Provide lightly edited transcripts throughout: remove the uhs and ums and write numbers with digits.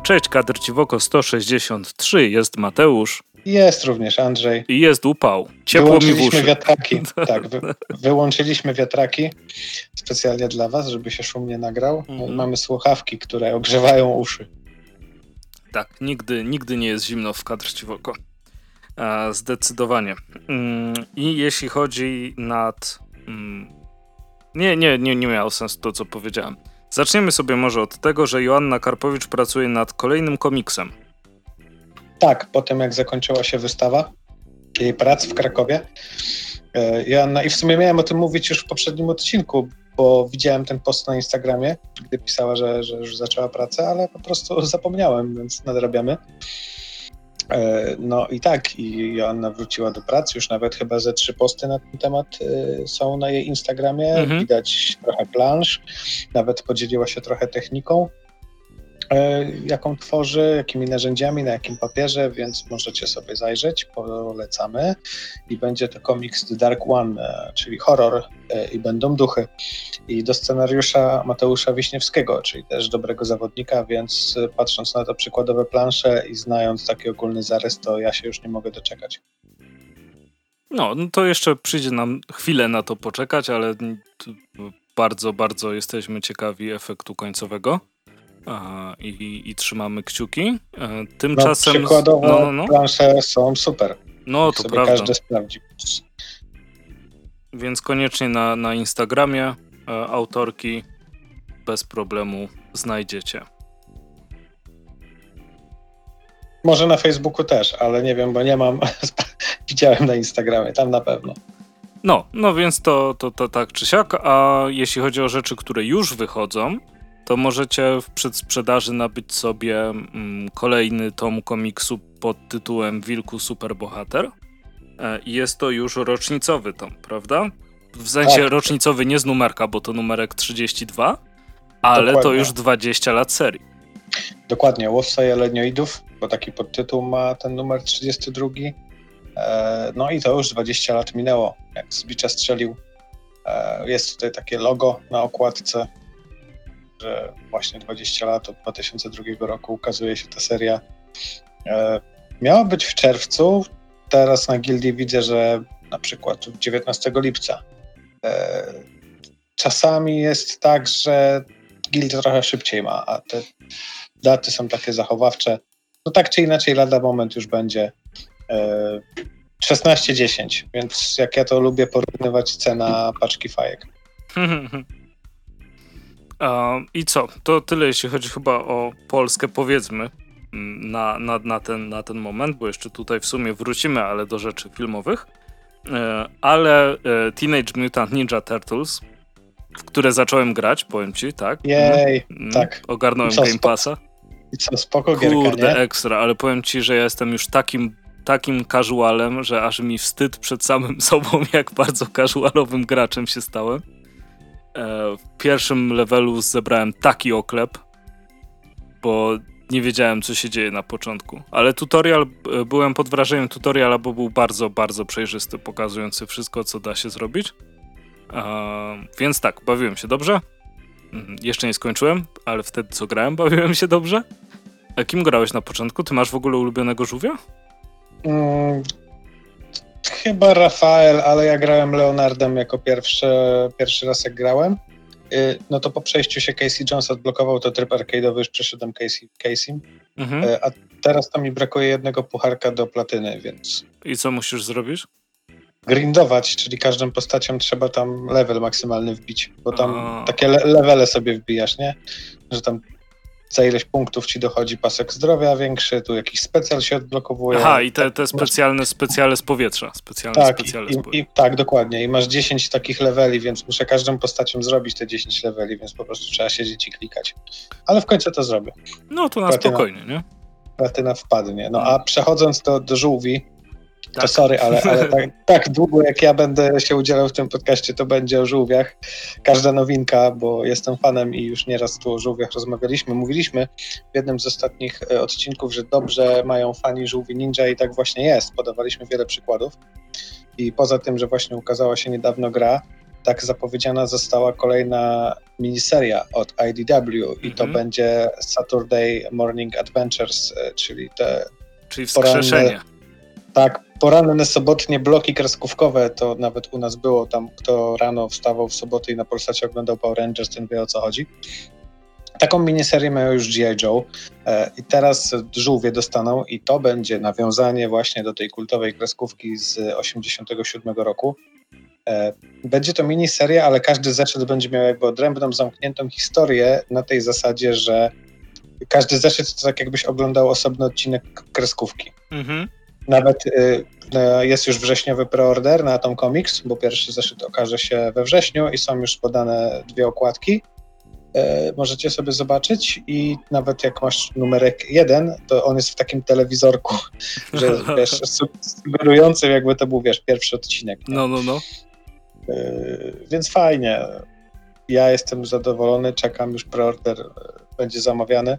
Cześć, kadr Ciwoko 163, jest Mateusz. Jest również Andrzej. I jest upał. Ciepło mi w uszy. Wiatraki. Tak, wyłączyliśmy wiatraki specjalnie dla was, żeby się szumnie nagrał. Mamy słuchawki, które ogrzewają uszy. Tak, nigdy nie jest zimno w kadr Ciwoko. Zdecydowanie. I jeśli chodzi nad... Nie miało sensu to, co powiedziałem. Zaczniemy sobie może od tego, że Joanna Karpowicz pracuje nad kolejnym komiksem. Tak, po tym jak zakończyła się wystawa jej prac w Krakowie. Joanna, i w sumie miałem o tym mówić już w poprzednim odcinku, bo widziałem ten post na Instagramie, gdy pisała, że już zaczęła pracę, ale po prostu zapomniałem, więc nadrabiamy. No i tak, i Joanna wróciła do pracy, już nawet chyba ze 3 posty na ten temat są na jej Instagramie, Widać trochę plansz, nawet podzieliła się trochę techniką, jaką tworzy, jakimi narzędziami, na jakim papierze, więc możecie sobie zajrzeć, polecamy. I będzie to komiks The Dark One, czyli horror i będą duchy. I do scenariusza Mateusza Wiśniewskiego, czyli też dobrego zawodnika, więc patrząc na to przykładowe plansze i znając taki ogólny zarys, to ja się już nie mogę doczekać. No to jeszcze przyjdzie nam chwilę na to poczekać, ale bardzo, bardzo jesteśmy ciekawi efektu końcowego. I trzymamy kciuki. Tymczasem... Przykładowe plansze są super. No to sobie prawda. Każdy sprawdzi. Więc koniecznie na Instagramie autorki bez problemu znajdziecie. Może na Facebooku też, ale nie wiem, bo nie mam. Widziałem na Instagramie, tam na pewno. No więc to tak czy siak. A jeśli chodzi o rzeczy, które już wychodzą, to możecie w przedsprzedaży nabyć sobie kolejny tom komiksu pod tytułem Wilku Superbohater. I jest to już rocznicowy tom, prawda? W sensie tak. Rocznicowy nie z numerka, bo to numerek 32, ale dokładnie. To już 20 lat serii. Dokładnie, Łowca Jelenioidów, bo taki podtytuł ma ten numer 32. No i to już 20 lat minęło, jak z bicza strzelił. Jest tutaj takie logo na okładce, że właśnie 20 lat od 2002 roku ukazuje się ta seria. Miała być w czerwcu, teraz na Gildii widzę, że na przykład 19 lipca. Czasami jest tak, że Gildia trochę szybciej ma, a te daty są takie zachowawcze. No tak czy inaczej lada moment już będzie 16:10, więc jak ja to lubię porównywać cena paczki fajek. I co? To tyle, jeśli chodzi chyba o Polskę, powiedzmy, na ten moment, bo jeszcze tutaj w sumie wrócimy, ale do rzeczy filmowych. Ale Teenage Mutant Ninja Turtles, w które zacząłem grać, powiem ci, tak? Jej, tak. Ogarnąłem Game Passa. I co, spoko gierka, kurde, nie? Ekstra, ale powiem ci, że ja jestem już takim casualem, że aż mi wstyd przed samym sobą, jak bardzo casualowym graczem się stałem. W pierwszym levelu zebrałem taki oklep, bo nie wiedziałem, co się dzieje na początku. Ale byłem pod wrażeniem tutoriala, bo był bardzo, bardzo przejrzysty, pokazujący wszystko, co da się zrobić. Więc tak, bawiłem się dobrze. Jeszcze nie skończyłem, ale wtedy, co grałem, bawiłem się dobrze. A kim grałeś na początku? Ty masz w ogóle ulubionego żółwia? Chyba Rafael, ale ja grałem Leonardem jako pierwszy raz jak grałem. No to po przejściu się Casey Jones odblokował, to tryb arcade'owy już przeszedłem Casey. A teraz to mi brakuje jednego pucharka do platyny, więc... I co musisz zrobić? Grindować, czyli każdą postacią trzeba tam level maksymalny wbić, bo tam takie levele sobie wbijasz, nie? Że tam za ileś punktów ci dochodzi pasek zdrowia większy, tu jakiś specjal się odblokowuje. Aha, i te specjale z powietrza. Tak, dokładnie. I masz 10 takich leveli, więc muszę każdą postacią zrobić te 10 leveli, więc po prostu trzeba siedzieć i klikać. Ale w końcu to zrobię. No to na spokojnie, nie? Platyna wpadnie. No a przechodząc do żółwi, to sorry, ale tak długo jak ja będę się udzielał w tym podcaście, to będzie o żółwiach. Każda nowinka, bo jestem fanem i już nieraz tu o żółwiach rozmawialiśmy. Mówiliśmy w jednym z ostatnich odcinków, że dobrze mają fani żółwi ninja i tak właśnie jest. Podawaliśmy wiele przykładów. I poza tym, że właśnie ukazała się niedawno gra, tak zapowiedziana została kolejna miniseria od IDW i to będzie Saturday Morning Adventures, czyli wskrzeszenie. Poranne sobotnie bloki kreskówkowe, to nawet u nas było tam, kto rano wstawał w sobotę i na Polsacie oglądał Power Rangers, ten wie, o co chodzi. Taką miniserię mają już G.I. Joe i teraz żółwie dostaną i to będzie nawiązanie właśnie do tej kultowej kreskówki z 1987 roku. Będzie to miniseria, ale każdy zeszyt będzie miał jakby odrębną, zamkniętą historię na tej zasadzie, że każdy zeszyt to tak jakbyś oglądał osobny odcinek kreskówki. Nawet jest już wrześniowy preorder na Atom Comics, bo pierwszy zeszyt okaże się we wrześniu i są już podane 2 okładki. Możecie sobie zobaczyć i nawet jak masz numerek 1, to on jest w takim telewizorku, że wiesz, sugerującym jakby to był, wiesz, pierwszy odcinek. Nie? No. Więc fajnie. Ja jestem zadowolony, czekam, już preorder będzie zamawiany.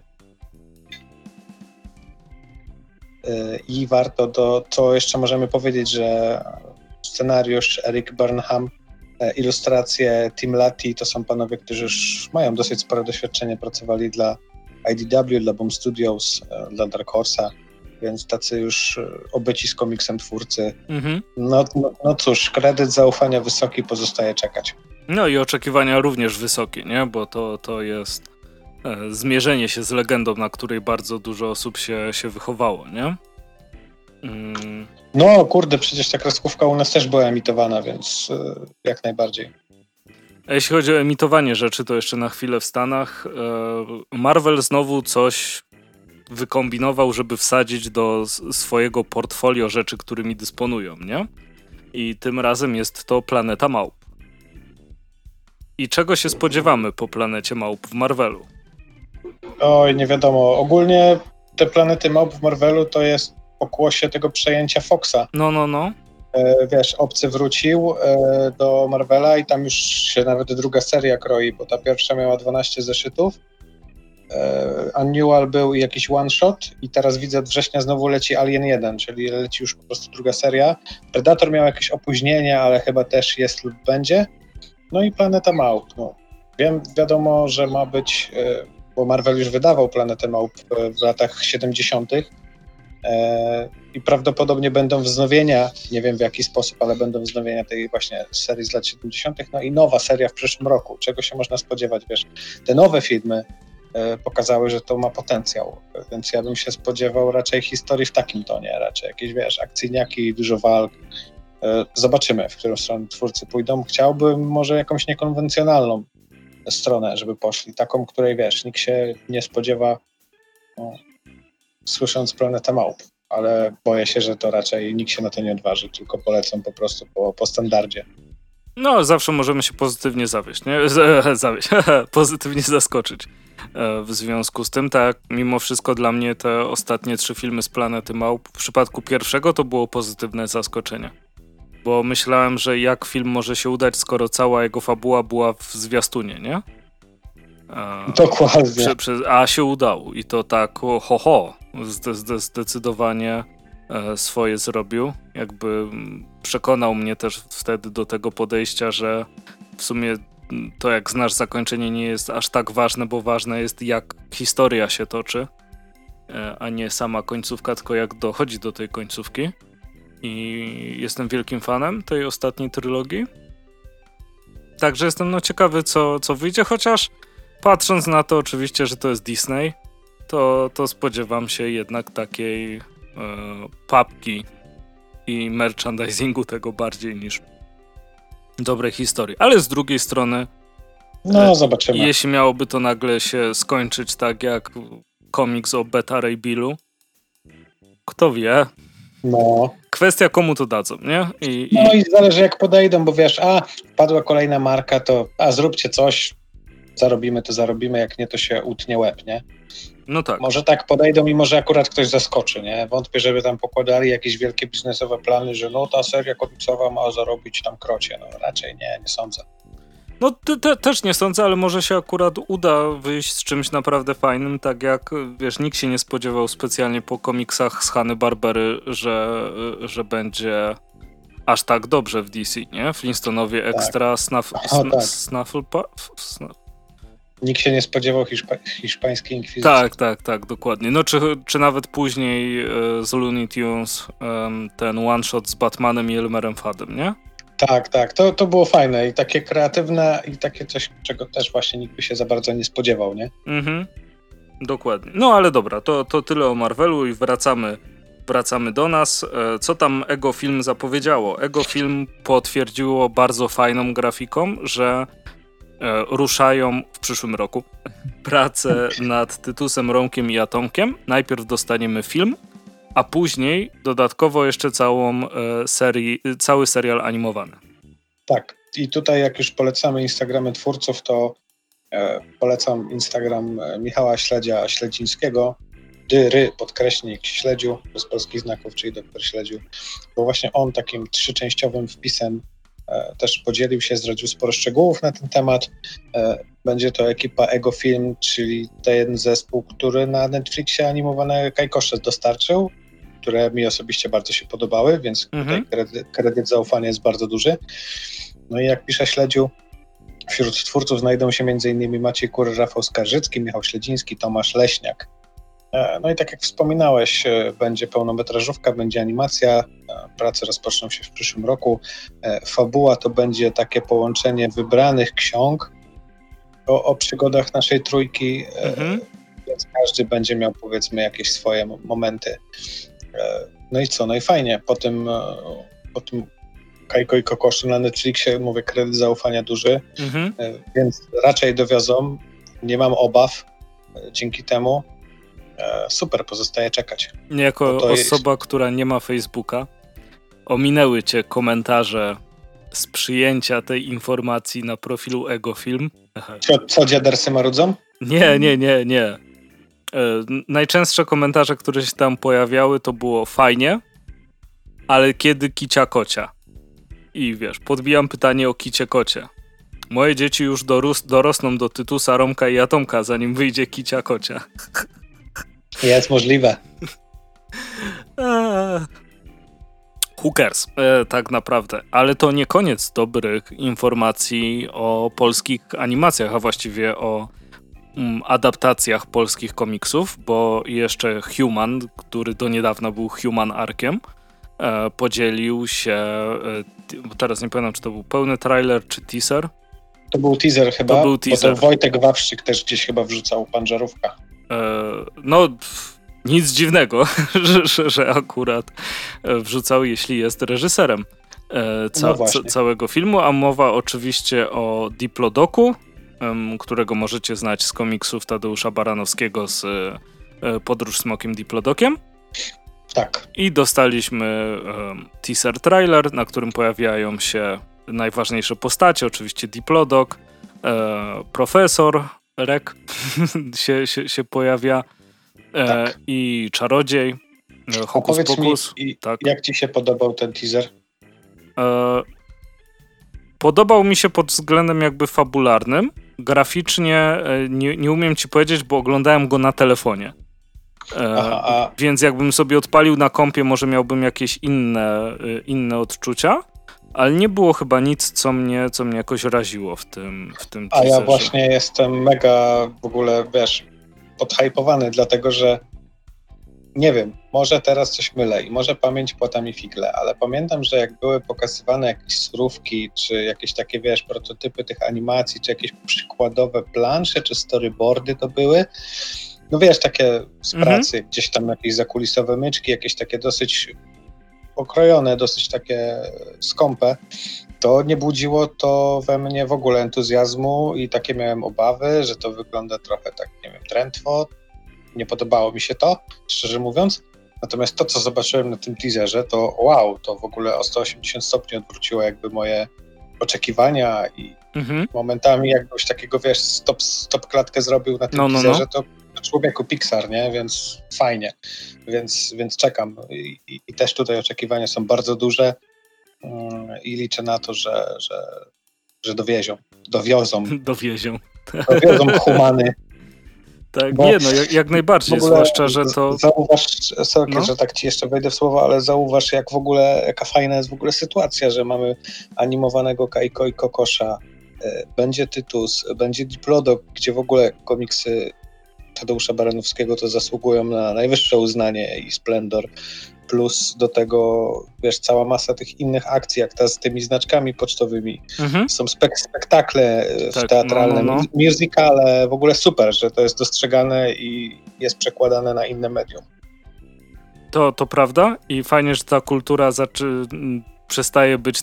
I warto co jeszcze możemy powiedzieć, że scenariusz Eric Burnham, ilustracje Tim Latty, to są panowie, którzy już mają dosyć spore doświadczenie, pracowali dla IDW, dla Boom Studios, dla Dark Horse'a, więc tacy już obyci z komiksem twórcy. No cóż, kredyt zaufania wysoki, pozostaje czekać. No i oczekiwania również wysokie, nie? Bo to jest zmierzenie się z legendą, na której bardzo dużo osób się wychowało, nie? No kurde, przecież ta kreskówka u nas też była emitowana, więc jak najbardziej. A jeśli chodzi o emitowanie rzeczy, to jeszcze na chwilę w Stanach Marvel znowu coś wykombinował, żeby wsadzić do swojego portfolio rzeczy, którymi dysponują, nie? I tym razem jest to Planeta Małp. I czego się spodziewamy po Planecie Małp w Marvelu? Oj, nie wiadomo. Ogólnie te Planety Małp w Marvelu to jest pokłosie tego przejęcia Foxa. No. Wiesz, Obcy wrócił do Marvela i tam już się nawet druga seria kroi, bo ta pierwsza miała 12 zeszytów. Annual był i jakiś one-shot i teraz widzę, od września znowu leci Alien 1, czyli leci już po prostu druga seria. Predator miał jakieś opóźnienie, ale chyba też jest lub będzie. No i Planeta Małp. No. Wiadomo, że ma być, bo Marvel już wydawał Planetę Małp w latach 70. I prawdopodobnie będą wznowienia, nie wiem w jaki sposób, ale będą wznowienia tej właśnie serii z lat 70. No i nowa seria w przyszłym roku. Czego się można spodziewać, wiesz? Te nowe filmy pokazały, że to ma potencjał, więc ja bym się spodziewał raczej historii w takim tonie, raczej jakieś, wiesz, akcyjniaki, dużo walk. Zobaczymy, w którą stronę twórcy pójdą. Chciałbym może jakąś niekonwencjonalną stronę, żeby poszli, taką, której, wiesz, nikt się nie spodziewa, słysząc Planetę Małp, ale boję się, że to raczej nikt się na to nie odważy, tylko polecą po prostu po standardzie. No, zawsze możemy się pozytywnie zawieść, nie? Pozytywnie zaskoczyć. W związku z tym, tak, mimo wszystko dla mnie te ostatnie 3 filmy z Planety Małp, w przypadku pierwszego to było pozytywne zaskoczenie. Bo myślałem, że jak film może się udać, skoro cała jego fabuła była w zwiastunie, nie? Dokładnie. A się udało i to tak zdecydowanie swoje zrobił. Jakby przekonał mnie też wtedy do tego podejścia, że w sumie to jak znasz zakończenie nie jest aż tak ważne, bo ważne jest jak historia się toczy, a nie sama końcówka, tylko jak dochodzi do tej końcówki. I jestem wielkim fanem tej ostatniej trylogii. Także jestem ciekawy, co wyjdzie, chociaż patrząc na to oczywiście, że to jest Disney, to spodziewam się jednak takiej papki i merchandisingu tego bardziej niż dobrej historii. Ale z drugiej strony zobaczymy. Jeśli miałoby to nagle się skończyć tak jak komiks o Beta Ray Billu, kto wie? No. Kwestia, komu to dadzą, nie? No i zależy jak podejdą, bo wiesz, wpadła kolejna marka, to zróbcie coś, zarobimy, jak nie, to się utnie łeb, nie? No tak. Może tak podejdą i może akurat ktoś zaskoczy, nie? Wątpię, żeby tam pokładali jakieś wielkie biznesowe plany, że ta seria komiksowa ma zarobić tam krocie. No raczej nie sądzę. No też nie sądzę, ale może się akurat uda wyjść z czymś naprawdę fajnym, tak jak, wiesz, nikt się nie spodziewał specjalnie po komiksach z Hanny-Barbery, że będzie aż tak dobrze w DC, nie? Flintstonowie Extra, Nikt się nie spodziewał hiszpańskiej inkwizycji. Tak, dokładnie. No czy nawet później z Looney Tunes ten one-shot z Batmanem i Elmerem Fuddem, nie? Tak. To było fajne i takie kreatywne i takie coś, czego też właśnie nikt by się za bardzo nie spodziewał, nie? Dokładnie. No ale dobra, to tyle o Marvelu i wracamy do nas. Co tam Ego Film zapowiedziało? Ego Film potwierdziło bardzo fajną grafiką, że ruszają w przyszłym roku pracę nad Tytusem, Romkiem i Atomkiem. Najpierw dostaniemy film, a później dodatkowo jeszcze cały serial animowany. Tak. I tutaj jak już polecamy Instagramy twórców, to polecam Instagram Michała Śledzińskiego, _Śledziu, bez polskich znaków, czyli doktor Śledziu, bo właśnie on takim 3-częściowym wpisem też podzielił się, zdradził sporo szczegółów na ten temat. Będzie to ekipa Ego Film, czyli ten zespół, który na Netflixie animowane kajkosze dostarczył, które mi osobiście bardzo się podobały, więc tutaj kredyt zaufania jest bardzo duży. No i jak pisze Śledziu, wśród twórców znajdą się m.in. Maciej Kury, Rafał Skarżycki, Michał Śledziński, Tomasz Leśniak. No i tak jak wspominałeś, będzie pełnometrażówka, będzie animacja, prace rozpoczną się w przyszłym roku. Fabuła to będzie takie połączenie wybranych ksiąg o przygodach naszej trójki, więc każdy będzie miał, powiedzmy, jakieś swoje momenty. No i co? No i fajnie, po tym Kajko i Kokoszu na Netflixie, mówię, kredyt zaufania duży, więc raczej dowiozą, nie mam obaw dzięki temu. Super, pozostaje czekać. Jako osoba, która nie ma Facebooka, ominęły cię komentarze z przyjęcia tej informacji na profilu Ego Film. Co dziadersy marudzą? Nie. Najczęstsze komentarze, które się tam pojawiały, to było fajnie, ale kiedy kicia kocia? I wiesz, podbijam pytanie o kicie kocie. Moje dzieci już dorosną do Tytusa, Romka i Atomka, zanim wyjdzie kicia kocia. Jest możliwe. Who cares? Tak naprawdę. Ale to nie koniec dobrych informacji o polskich animacjach, a właściwie o adaptacjach polskich komiksów, bo jeszcze Human, który do niedawna był Human Arkiem, podzielił się, teraz nie pamiętam, czy to był pełny trailer, czy teaser. To był teaser chyba, bo to Wojtek Wawrzyk też gdzieś chyba wrzucał, pan Żarówka. No, nic dziwnego, że akurat wrzucał, jeśli jest reżyserem całego filmu, a mowa oczywiście o Diplodoku, którego możecie znać z komiksów Tadeusza Baranowskiego z Podróż Smokiem Diplodokiem. Tak. I dostaliśmy teaser trailer, na którym pojawiają się najważniejsze postacie, oczywiście Diplodok, profesor Rek się pojawia, tak. I czarodziej, Hokus Pokus. Tak. Jak ci się podobał ten teaser? Podobał mi się pod względem jakby fabularnym. Graficznie nie umiem ci powiedzieć, bo oglądałem go na telefonie. Więc jakbym sobie odpalił na kompie, może miałbym jakieś inne odczucia, ale nie było chyba nic, co mnie jakoś raziło w tym teaserze. A ja właśnie jestem mega w ogóle, wiesz, podhypowany, dlatego że nie wiem, może teraz coś mylę i może pamięć płata mi figle, ale pamiętam, że jak były pokazywane jakieś surówki, czy jakieś takie, wiesz, prototypy tych animacji, czy jakieś przykładowe plansze, czy storyboardy to były, no wiesz, takie z pracy, gdzieś tam jakieś zakulisowe myczki, jakieś takie dosyć okrojone, dosyć takie skąpe, to nie budziło to we mnie w ogóle entuzjazmu i takie miałem obawy, że to wygląda trochę tak, nie wiem, drętwo. Nie podobało mi się to, szczerze mówiąc. Natomiast to, co zobaczyłem na tym teaserze, to wow, to w ogóle o 180 stopni odwróciło jakby moje oczekiwania i momentami jakbyś takiego, wiesz, stop klatkę zrobił na tym teaserze, to człowieku Pixar, nie? Więc fajnie. Więc czekam. I też tutaj oczekiwania są bardzo duże i liczę na to, że dowiozą humany Tak, nie, no jak najbardziej, zwłaszcza, że to... Zauważ, że tak ci jeszcze wejdę w słowo, ale zauważ, jaka fajna jest w ogóle sytuacja, że mamy animowanego Kajko i Kokosza, będzie Tytus, będzie Diplodok, gdzie w ogóle komiksy Tadeusza Baranowskiego to zasługują na najwyższe uznanie i splendor, plus do tego, wiesz, cała masa tych innych akcji, jak ta z tymi znaczkami pocztowymi. Są spektakle teatralne, musicale, w ogóle super, że to jest dostrzegane i jest przekładane na inne medium. To prawda i fajnie, że ta kultura przestaje być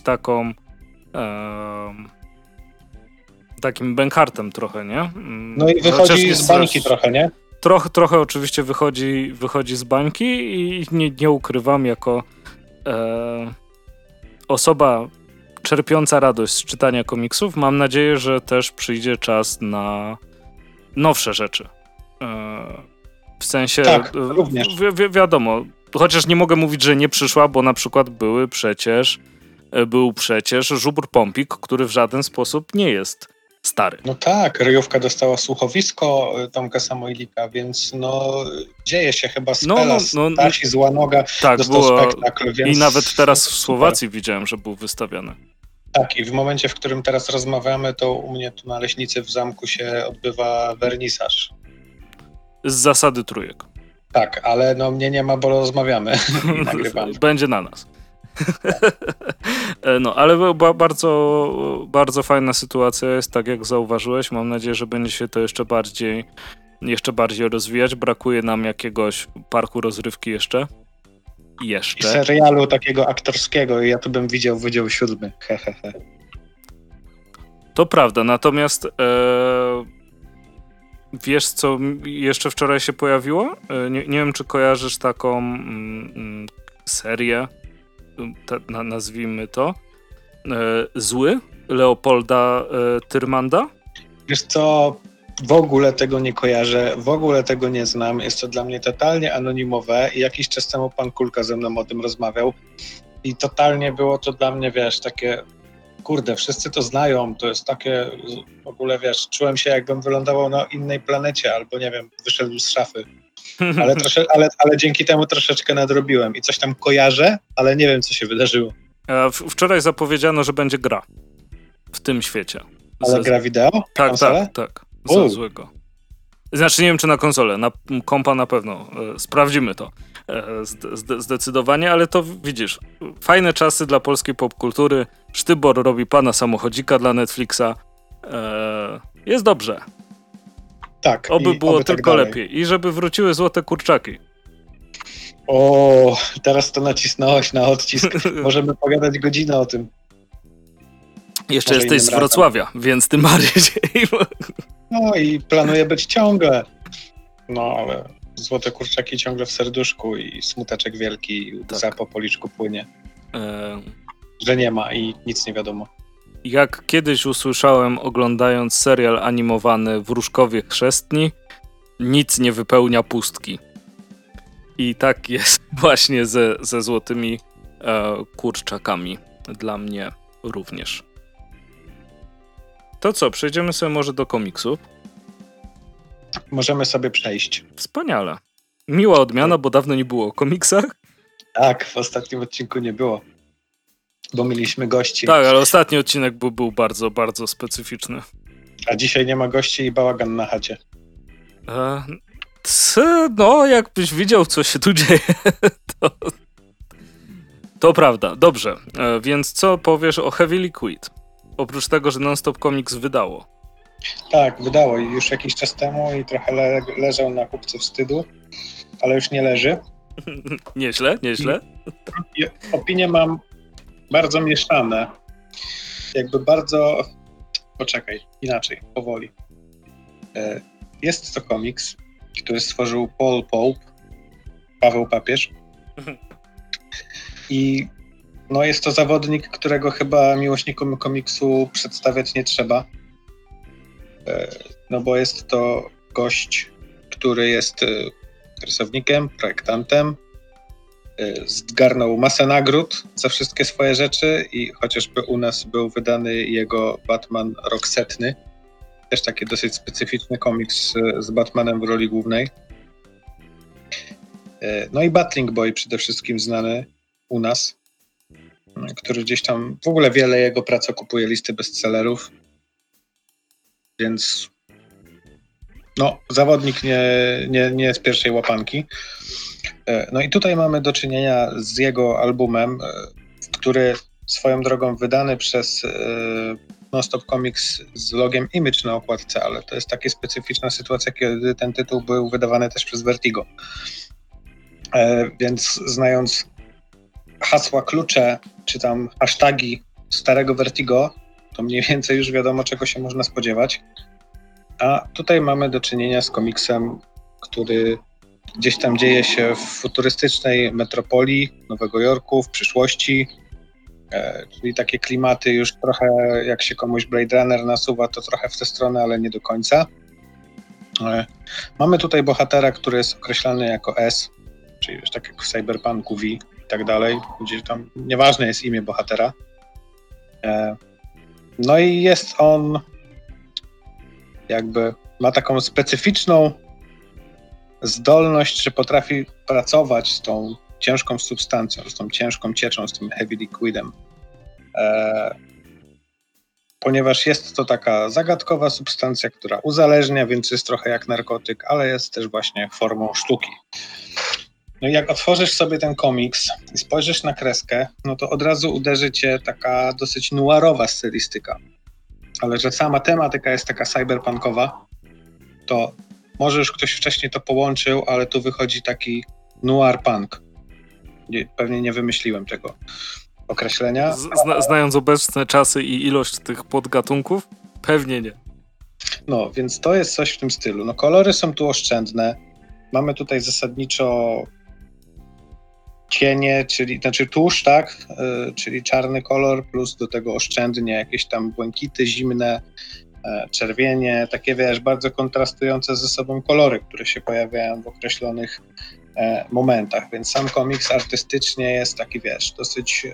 takim bękartem trochę, nie? No i wychodzi z bańki trochę, nie? Trochę oczywiście wychodzi z bańki i nie ukrywam, jako osoba czerpiąca radość z czytania komiksów, mam nadzieję, że też przyjdzie czas na nowsze rzeczy. W sensie, tak, również. Wiadomo, chociaż nie mogę mówić, że nie przyszła, bo na przykład był przecież Żubr Pompik, który w żaden sposób nie jest stary. No tak, Ryjówka dostała słuchowisko Tomka Samoilika, więc dzieje się chyba Stasi Zła Noga dostał spektakl. Więc... I nawet teraz w Słowacji widziałem, że był wystawiany. Tak, i w momencie, w którym teraz rozmawiamy, to u mnie tu na Leśnicy w zamku się odbywa wernisaż. Z zasady trójek. Tak, ale mnie nie ma, bo rozmawiamy i nagrywamy. Będzie na nas. Ale bardzo, bardzo fajna sytuacja jest, tak jak zauważyłeś. Mam nadzieję, że będzie się to jeszcze bardziej rozwijać. Brakuje nam jakiegoś parku rozrywki jeszcze. I serialu takiego aktorskiego. Ja tu bym widział Wydział 7. To prawda, natomiast wiesz, co jeszcze wczoraj się pojawiło? Nie wiem, czy kojarzysz taką serię, nazwijmy to, Zły Leopolda Tyrmanda. Wiesz co, w ogóle tego nie kojarzę, w ogóle tego nie znam, jest to dla mnie totalnie anonimowe i jakiś czas temu pan Kulka ze mną o tym rozmawiał i totalnie było to dla mnie, wiesz, takie, kurde, wszyscy to znają, to jest takie, w ogóle, wiesz, czułem się, jakbym wylądował na innej planecie albo, nie wiem, wyszedł z szafy. Ale dzięki temu troszeczkę nadrobiłem i coś tam kojarzę, ale nie wiem, co się wydarzyło. Wczoraj zapowiedziano, że będzie gra w tym świecie. Ale gra wideo? Tak. Za Złego. Znaczy, nie wiem, czy na konsolę, na kompa na pewno. Sprawdzimy to. Zdecydowanie, ale to widzisz, fajne czasy dla polskiej popkultury. Sztybor robi pana samochodzika dla Netflixa. Jest dobrze. Tak. Oby było tylko tak lepiej. I żeby wróciły złote kurczaki. O, teraz to nacisnąłeś na odcisk. Możemy pogadać godzinę o tym. Jeszcze może jesteś z Wrocławia, więc tym bardziej. No i planuję być ciągle. Ale złote kurczaki ciągle w serduszku i smuteczek wielki i łza po policzku płynie. Że nie ma i nic nie wiadomo. Jak kiedyś usłyszałem, oglądając serial animowany Wróżkowie Chrzestni, nic nie wypełnia pustki. I tak jest właśnie ze złotymi kurczakami. Dla mnie również. To co, przejdziemy sobie może do komiksów? Możemy sobie przejść. Wspaniale. Miła odmiana, bo dawno nie było o komiksach. Tak, w ostatnim odcinku nie było. Bo mieliśmy gości. Tak, ale ostatni odcinek był bardzo, bardzo specyficzny. A dzisiaj nie ma gości i bałagan na chacie. Jakbyś widział, co się tu dzieje, to prawda. Dobrze, więc co powiesz o Heavy Liquid? Oprócz tego, że Non-Stop Comics wydało. Tak, wydało już jakiś czas temu i trochę leżał na kupce wstydu, ale już nie leży. Nieźle. Opinie mam bardzo mieszane. Poczekaj, inaczej, powoli. Jest to komiks, który stworzył Paul Pope, Paweł Papież. I jest to zawodnik, którego chyba miłośnikom komiksu przedstawiać nie trzeba. Bo jest to gość, który jest rysownikiem, projektantem, zgarnął masę nagród za wszystkie swoje rzeczy i chociażby u nas był wydany jego Batman rok 100, Też taki dosyć specyficzny komiks z Batmanem w roli głównej. No i Battling Boy przede wszystkim znany u nas, który gdzieś tam, w ogóle wiele jego prac okupuje listy bestsellerów, więc no, zawodnik nie z pierwszej łapanki. No i tutaj mamy do czynienia z jego albumem, który swoją drogą wydany przez Non-Stop Comics z logiem Image na okładce, ale to jest taka specyficzna sytuacja, kiedy ten tytuł był wydawany też przez Vertigo. Więc znając hasła klucze, czy tam hasztagi starego Vertigo, to mniej więcej już wiadomo, czego się można spodziewać. A tutaj mamy do czynienia z komiksem, który gdzieś tam dzieje się w futurystycznej metropolii Nowego Jorku, w przyszłości, czyli takie klimaty już trochę, jak się komuś Blade Runner nasuwa, to trochę w tę stronę, ale nie do końca. Mamy tutaj bohatera, który jest określany jako S, czyli już tak jak w Cyberpunku V i tak dalej, gdzie tam nieważne jest imię bohatera. No i jest on jakby, ma taką specyficzną zdolność, że potrafi pracować z tą ciężką substancją, z tą ciężką cieczą, z tym heavy liquidem. Ponieważ jest to taka zagadkowa substancja, która uzależnia, więc jest trochę jak narkotyk, ale jest też właśnie formą sztuki. No i jak otworzysz sobie ten komiks i spojrzysz na kreskę, no to od razu uderzy cię taka dosyć noirowa stylistyka. Ale że sama tematyka jest taka cyberpunkowa, to może już ktoś wcześniej to połączył, ale tu wychodzi taki noir punk. Pewnie nie wymyśliłem tego określenia. Znając obecne czasy i ilość tych podgatunków, pewnie nie. No, więc to jest coś w tym stylu. No, kolory są tu oszczędne. Mamy tutaj zasadniczo cienie, znaczy tusz, tak? Czyli czarny kolor, plus do tego oszczędnie jakieś tam błękity zimne, czerwienie, takie wiesz, bardzo kontrastujące ze sobą kolory, które się pojawiają w określonych momentach, więc sam komiks artystycznie jest taki, wiesz, dosyć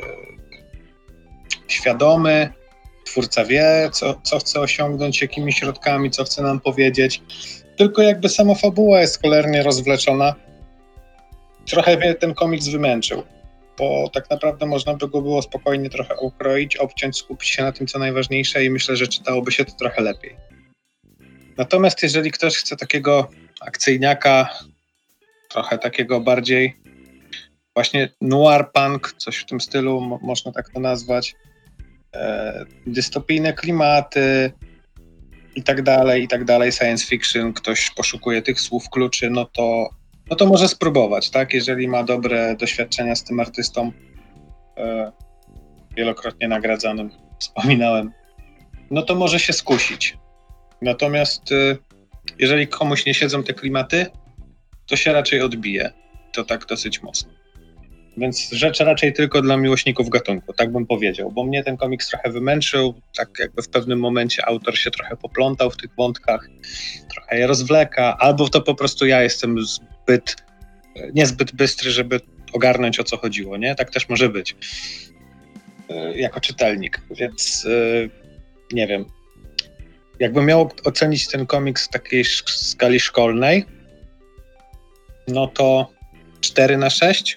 świadomy, twórca wie, co chce osiągnąć, jakimi środkami, co chce nam powiedzieć, tylko jakby sama fabuła jest cholernie rozwleczona. Trochę mnie ten komiks wymęczył, bo tak naprawdę można by go było spokojnie trochę ukroić, obciąć, skupić się na tym, co najważniejsze i myślę, że czytałoby się to trochę lepiej. Natomiast jeżeli ktoś chce takiego akcyjniaka, trochę takiego bardziej właśnie noir punk, coś w tym stylu, można tak to nazwać, dystopijne klimaty i tak dalej, science fiction, ktoś poszukuje tych słów kluczy, no to może spróbować, tak? Jeżeli ma dobre doświadczenia z tym artystą, wielokrotnie nagradzanym, wspominałem, no to może się skusić. Natomiast jeżeli komuś nie siedzą te klimaty, to się raczej odbije. To tak dosyć mocno. Więc rzecz raczej tylko dla miłośników gatunku, tak bym powiedział, bo mnie ten komiks trochę wymęczył, tak jakby w pewnym momencie autor się trochę poplątał w tych wątkach, trochę je rozwleka, albo to po prostu ja jestem niezbyt bystry, żeby ogarnąć, o co chodziło, nie? Tak też może być jako czytelnik, więc nie wiem. Jakbym miał ocenić ten komiks w takiej skali szkolnej, no to 4/6.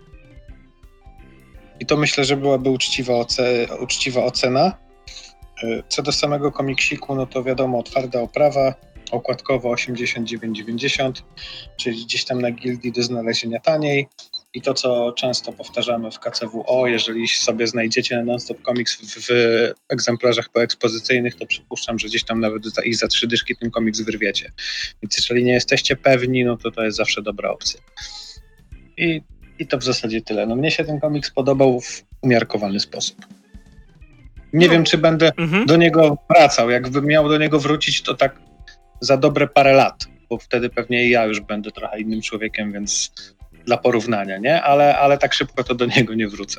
I to myślę, że byłaby uczciwa ocena. Co do samego komiksiku, no to wiadomo, twarda oprawa, okładkowo 89,90, czyli gdzieś tam na gildii do znalezienia taniej. I to, co często powtarzamy w KCWO, jeżeli sobie znajdziecie Non-Stop Comics w egzemplarzach poekspozycyjnych, to przypuszczam, że gdzieś tam nawet za 3 dyszki ten komiks wyrwiecie. Więc jeżeli nie jesteście pewni, no to jest zawsze dobra opcja. I to w zasadzie tyle. No mnie się ten komiks podobał w umiarkowany sposób. Nie wiem, czy będę do niego wracał. Jakbym miał do niego wrócić, to tak za dobre parę lat, bo wtedy pewnie i ja już będę trochę innym człowiekiem, więc dla porównania, nie? Ale tak szybko to do niego nie wrócę.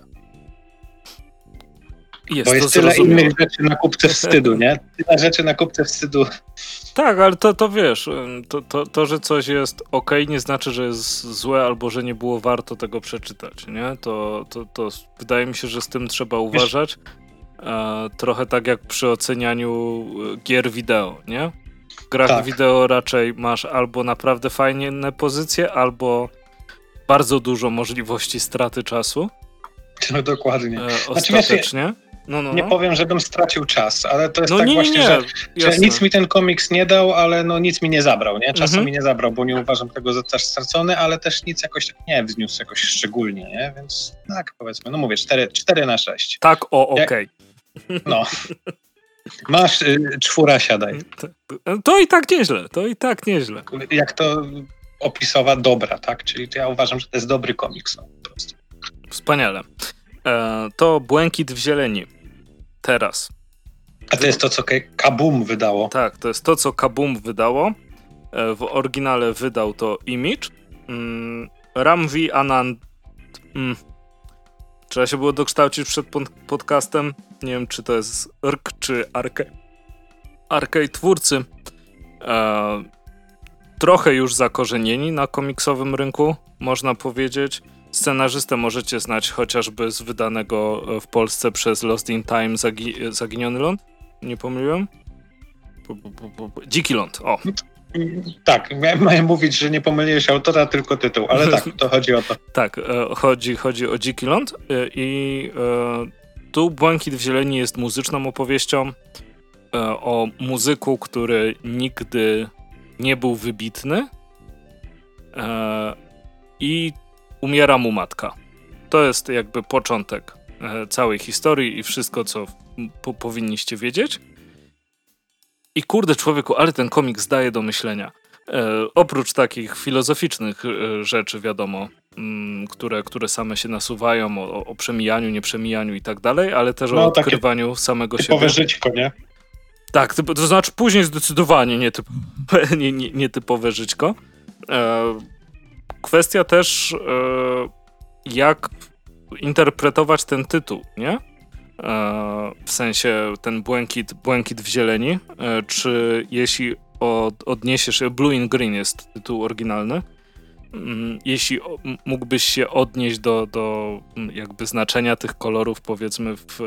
Bo jest tyle innych rzeczy na kupce wstydu, nie? Tyle rzeczy na kupce wstydu. Tak, ale to wiesz, to, że coś jest okej, nie znaczy, że jest złe albo że nie było warto tego przeczytać, nie? To wydaje mi się, że z tym trzeba uważać. Trochę tak jak przy ocenianiu gier wideo, nie? W grach Tak. wideo raczej masz albo naprawdę fajne pozycje, albo bardzo dużo możliwości straty czasu. No dokładnie. Ostatecznie. Nie powiem, żebym stracił czas, ale to jest tak nie, właśnie, nie, że nic mi ten komiks nie dał, ale no nic mi nie zabrał, nie? Czasu mi nie zabrał, bo nie uważam tego za coś stracony, ale też nic jakoś tak nie wzniósł jakoś szczególnie, nie? Więc tak, powiedzmy, no mówię, 4/6. Tak, okej. No. Masz 4, siadaj. To i tak nieźle. Jak to opisowa dobra, tak? Czyli ja uważam, że to jest dobry komiks, no, po prostu. Wspaniale. To Błękit w zieleni. Teraz. A to jest to, co Kaboom wydało. Tak, to jest to, co Kaboom wydało. W oryginale wydał to Image. Ramvi Anand. Trzeba się było dokształcić przed podcastem. Nie wiem, czy to jest Rk czy Arkej twórcy. Trochę już zakorzenieni na komiksowym rynku, można powiedzieć. Scenarzystę możecie znać chociażby z wydanego w Polsce przez Lost in Time Zaginiony Ląd. Nie pomyliłem? Dziki Ląd, o. Tak, miałem mówić, że nie pomyliłeś autora, tylko tytuł, ale tak, to chodzi o to. Tak, chodzi o Dziki Ląd i tu Błękit w zieleni jest muzyczną opowieścią o muzyku, który nigdy nie był wybitny i umiera mu matka. To jest jakby początek całej historii i wszystko, co powinniście wiedzieć. I kurde człowieku, ale ten komiks daje do myślenia. Oprócz takich filozoficznych rzeczy, wiadomo, które same się nasuwają, o przemijaniu, nieprzemijaniu i tak dalej, ale też o odkrywaniu samego siebie. Typowe żyćko, nie? Tak, to znaczy później zdecydowanie nietypowe żyćko. Kwestia też, jak interpretować ten tytuł, nie? W sensie ten błękit w zieleni, czy jeśli odniesiesz, Blue in Green jest tytuł oryginalny, jeśli mógłbyś się odnieść do jakby znaczenia tych kolorów, powiedzmy w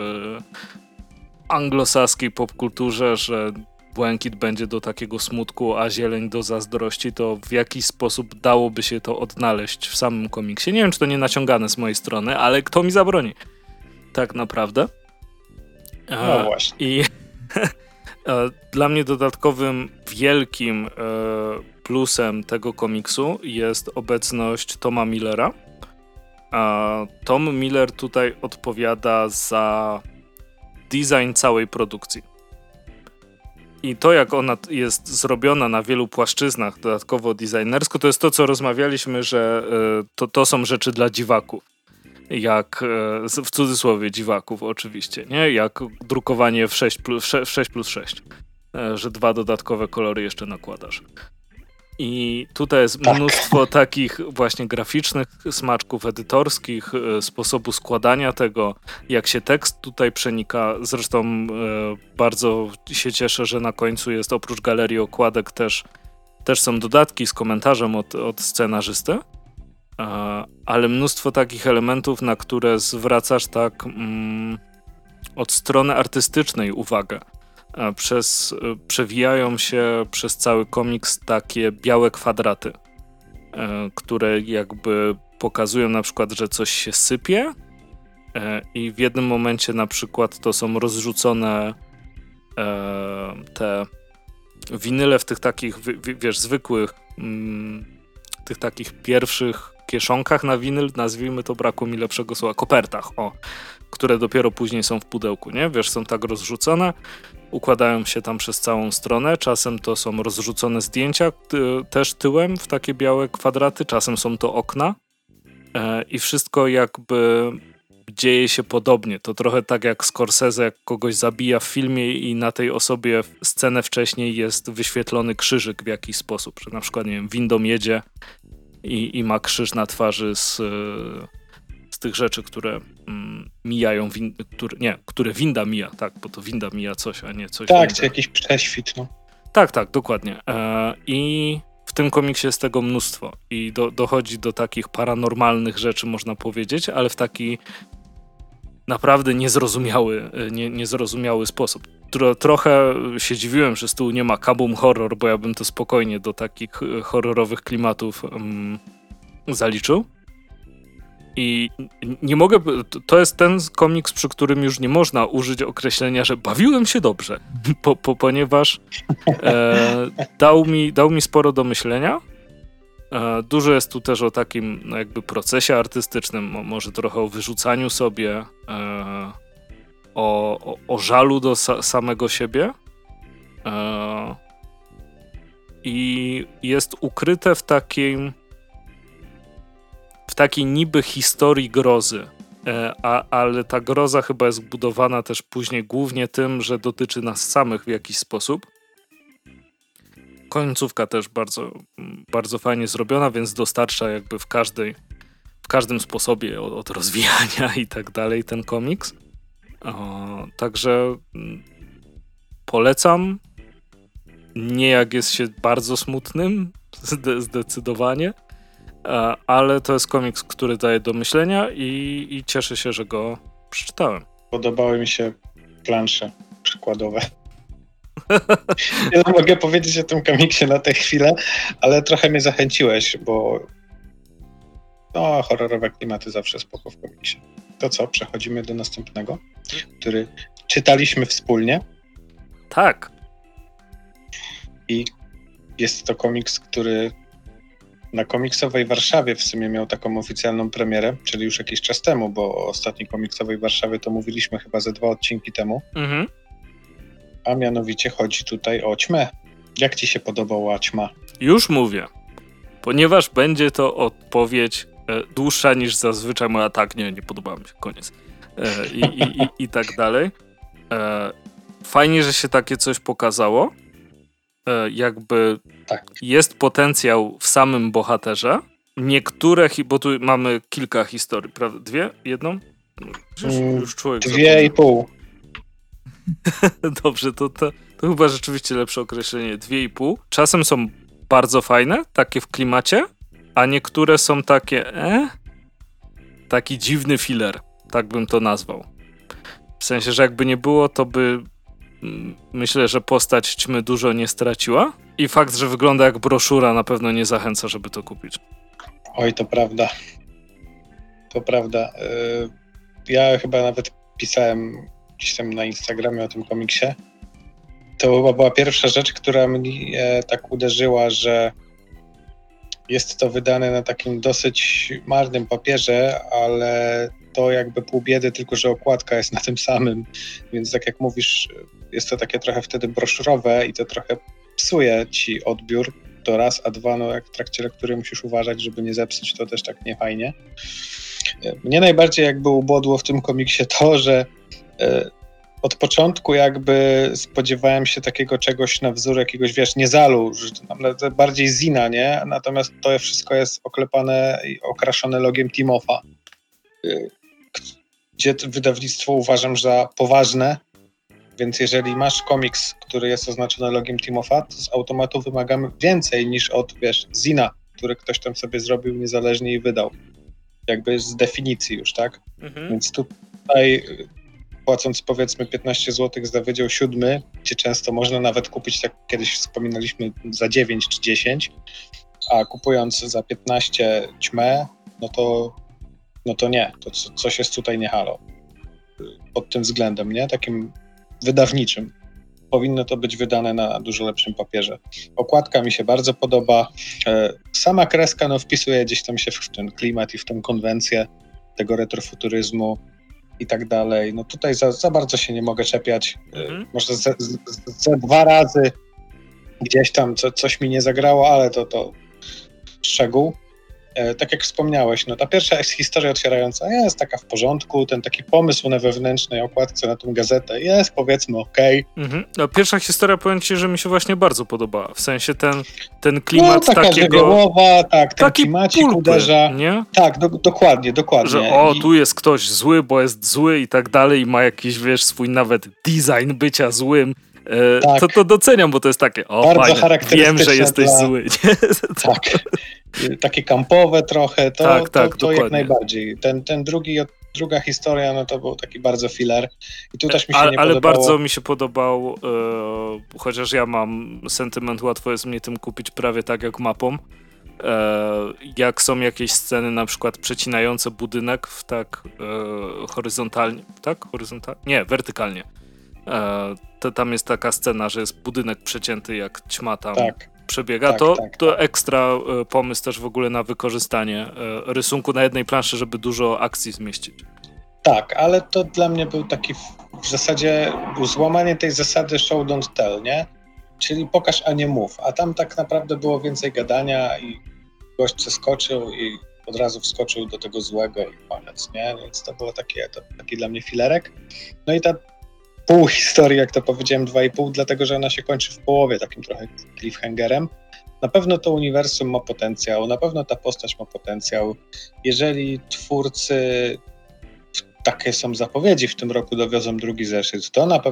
anglosaskiej popkulturze, że błękit będzie do takiego smutku, a zieleń do zazdrości, to w jaki sposób dałoby się to odnaleźć w samym komiksie? Nie wiem, czy to nie naciągane z mojej strony, ale kto mi zabroni? Tak naprawdę. No właśnie. I dla mnie dodatkowym wielkim plusem tego komiksu jest obecność Toma Millera. Tom Miller tutaj odpowiada za design całej produkcji. I to, jak ona jest zrobiona na wielu płaszczyznach, dodatkowo designersko, to jest to, co rozmawialiśmy, że to są rzeczy dla dziwaków. Jak, w cudzysłowie dziwaków oczywiście, nie? Jak drukowanie w 6+6, że 2 dodatkowe kolory jeszcze nakładasz. I tutaj jest mnóstwo takich właśnie graficznych smaczków, edytorskich, sposobu składania tego, jak się tekst tutaj przenika. Zresztą bardzo się cieszę, że na końcu jest oprócz galerii okładek też są dodatki z komentarzem od scenarzysty, ale mnóstwo takich elementów, na które zwracasz tak od strony artystycznej uwagę. Przewijają się przez cały komiks takie białe kwadraty, które jakby pokazują na przykład, że coś się sypie i w jednym momencie na przykład to są rozrzucone te winyle w tych takich, wiesz, zwykłych tych takich pierwszych kieszonkach na winyl, nazwijmy to, brakło mi lepszego słowa, kopertach, które dopiero później są w pudełku, nie? Wiesz, są tak rozrzucone, układają się tam przez całą stronę, czasem to są rozrzucone zdjęcia też tyłem w takie białe kwadraty, czasem są to okna i wszystko jakby dzieje się podobnie. To trochę tak jak Scorsese, jak kogoś zabija w filmie i na tej osobie scenę wcześniej jest wyświetlony krzyżyk w jakiś sposób, że na przykład, nie wiem, windą jedzie i ma krzyż na twarzy z tych rzeczy, które mijają, które winda mija, tak, bo to winda mija coś, a nie coś. Tak, czy jakiś prześwit, no. Tak, dokładnie. I w tym komiksie jest tego mnóstwo i dochodzi do takich paranormalnych rzeczy, można powiedzieć, ale w taki naprawdę niezrozumiały sposób. Trochę się dziwiłem, że z tyłu nie ma Kaboom Horror, bo ja bym to spokojnie do takich horrorowych klimatów zaliczył. I nie mogę... To jest ten komiks, przy którym już nie można użyć określenia, że bawiłem się dobrze, ponieważ dał mi sporo do myślenia. Dużo jest tu też o takim jakby procesie artystycznym, może trochę o wyrzucaniu sobie, o żalu do samego siebie. I jest ukryte w takiej niby historii grozy, ale ta groza chyba jest budowana też później głównie tym, że dotyczy nas samych w jakiś sposób. Końcówka też bardzo, bardzo fajnie zrobiona, więc dostarcza jakby w każdym sposobie od rozwijania i tak dalej ten komiks. Także polecam. Nie jak jest się bardzo smutnym, zdecydowanie, ale to jest komiks, który daje do myślenia i cieszę się, że go przeczytałem. Podobały mi się plansze przykładowe. Nie mogę powiedzieć o tym komiksie na tę chwilę, ale trochę mnie zachęciłeś, bo horrorowe klimaty zawsze spoko w komiksie. To co? Przechodzimy do następnego, który czytaliśmy wspólnie. Tak. I jest to komiks, który na Komiksowej Warszawie w sumie miał taką oficjalną premierę, czyli już jakiś czas temu, bo o ostatniej Komiksowej Warszawie to mówiliśmy chyba ze 2 odcinki temu. Mhm. A mianowicie chodzi tutaj o Ćmę. Jak ci się podobała Ćma? Już mówię. Ponieważ będzie to odpowiedź dłuższa niż zazwyczaj moja nie podobała mi się, koniec. I tak dalej. Fajnie, że się takie coś pokazało. Jakby tak. Jest potencjał w samym bohaterze. Niektóre, bo tu mamy kilka historii, prawda? 2? Jedną? Już człowiek 2,5. Dobrze, to chyba rzeczywiście lepsze określenie. 2,5. Czasem są bardzo fajne, takie w klimacie, a niektóre są takie taki dziwny filler, tak bym to nazwał. W sensie, że jakby nie było, to by myślę, że postać Ćmy dużo nie straciła i fakt, że wygląda jak broszura, na pewno nie zachęca, żeby to kupić. Oj, to prawda. To prawda. Ja chyba nawet pisałem gdzieś tam na Instagramie o tym komiksie. To chyba była pierwsza rzecz, która mnie tak uderzyła, że jest to wydane na takim dosyć marnym papierze, ale to jakby pół biedy, tylko że okładka jest na tym samym, więc tak jak mówisz, jest to takie trochę wtedy broszurowe i to trochę psuje ci odbiór, to raz, a dwa, jak w trakcie lektury musisz uważać, żeby nie zepsuć, to też tak niefajnie. Mnie najbardziej jakby ubodło w tym komiksie to, że od początku jakby spodziewałem się takiego czegoś na wzór jakiegoś, Niezalu, bardziej Zina, nie? Natomiast to wszystko jest oklepane i okraszone logiem Timofa, gdzie wydawnictwo uważam za poważne, więc jeżeli masz komiks, który jest oznaczony logiem Timofa, to z automatu wymagamy więcej niż od, Zina, który ktoś tam sobie zrobił niezależnie i wydał. Jakby z definicji już, tak? Mhm. Więc tutaj płacąc powiedzmy 15 zł za Wydział 7, gdzie często można nawet kupić, tak kiedyś wspominaliśmy, za 9 czy 10, a kupując za 15 Ćmę, no to nie, to coś jest tutaj nie halo. Pod tym względem, nie? Takim wydawniczym. Powinno to być wydane na dużo lepszym papierze. Okładka mi się bardzo podoba. Sama kreska wpisuje gdzieś tam się w ten klimat i w tę konwencję tego retrofuturyzmu i tak dalej. No tutaj za bardzo się nie mogę czepiać. Może ze 2 razy gdzieś tam coś mi nie zagrało, ale to szczegół. Tak jak wspomniałeś, ta pierwsza historia otwierająca jest taka w porządku, ten taki pomysł na wewnętrznej okładce na tą gazetę jest powiedzmy okej. No, pierwsza historia, powiem ci, że mi się właśnie bardzo podobała, w sensie ten klimat taka takiego... żywiołowa, tak, ten taki klimacik pulpy, uderza. Nie? Tak, dokładnie. Że tu jest ktoś zły, bo jest zły i tak dalej i ma jakiś, swój nawet design bycia złym. Tak. To doceniam, bo to jest takie, fajne, wiem, że jesteś zły. Tak, takie kampowe trochę, to jak najbardziej. Ten druga historia, no to był taki bardzo filler. I tu też mi się nie ale podobało. bardzo mi się podobał, chociaż ja mam sentyment, łatwo jest mnie tym kupić prawie tak jak mapą. Jak są jakieś sceny na przykład przecinające budynek w tak horyzontalnie, tak? Horyzontalnie? Nie, wertykalnie. To tam jest taka scena, że jest budynek przecięty, jak ćma tam przebiega. To ekstra pomysł też w ogóle na wykorzystanie rysunku na jednej planszy, żeby dużo akcji zmieścić. Tak, ale to dla mnie był taki w zasadzie złamanie tej zasady show don't tell, nie? Czyli pokaż, a nie mów. A tam tak naprawdę było więcej gadania i gość przeskoczył i od razu wskoczył do tego złego i koniec, nie? Więc to było taki dla mnie filerek. No i ta pół historii, jak to powiedziałem, 2,5, dlatego, że ona się kończy w połowie takim trochę cliffhangerem. Na pewno to uniwersum ma potencjał, na pewno ta postać ma potencjał. Jeżeli twórcy, takie są zapowiedzi, w tym roku dowiozą drugi zeszyt, to na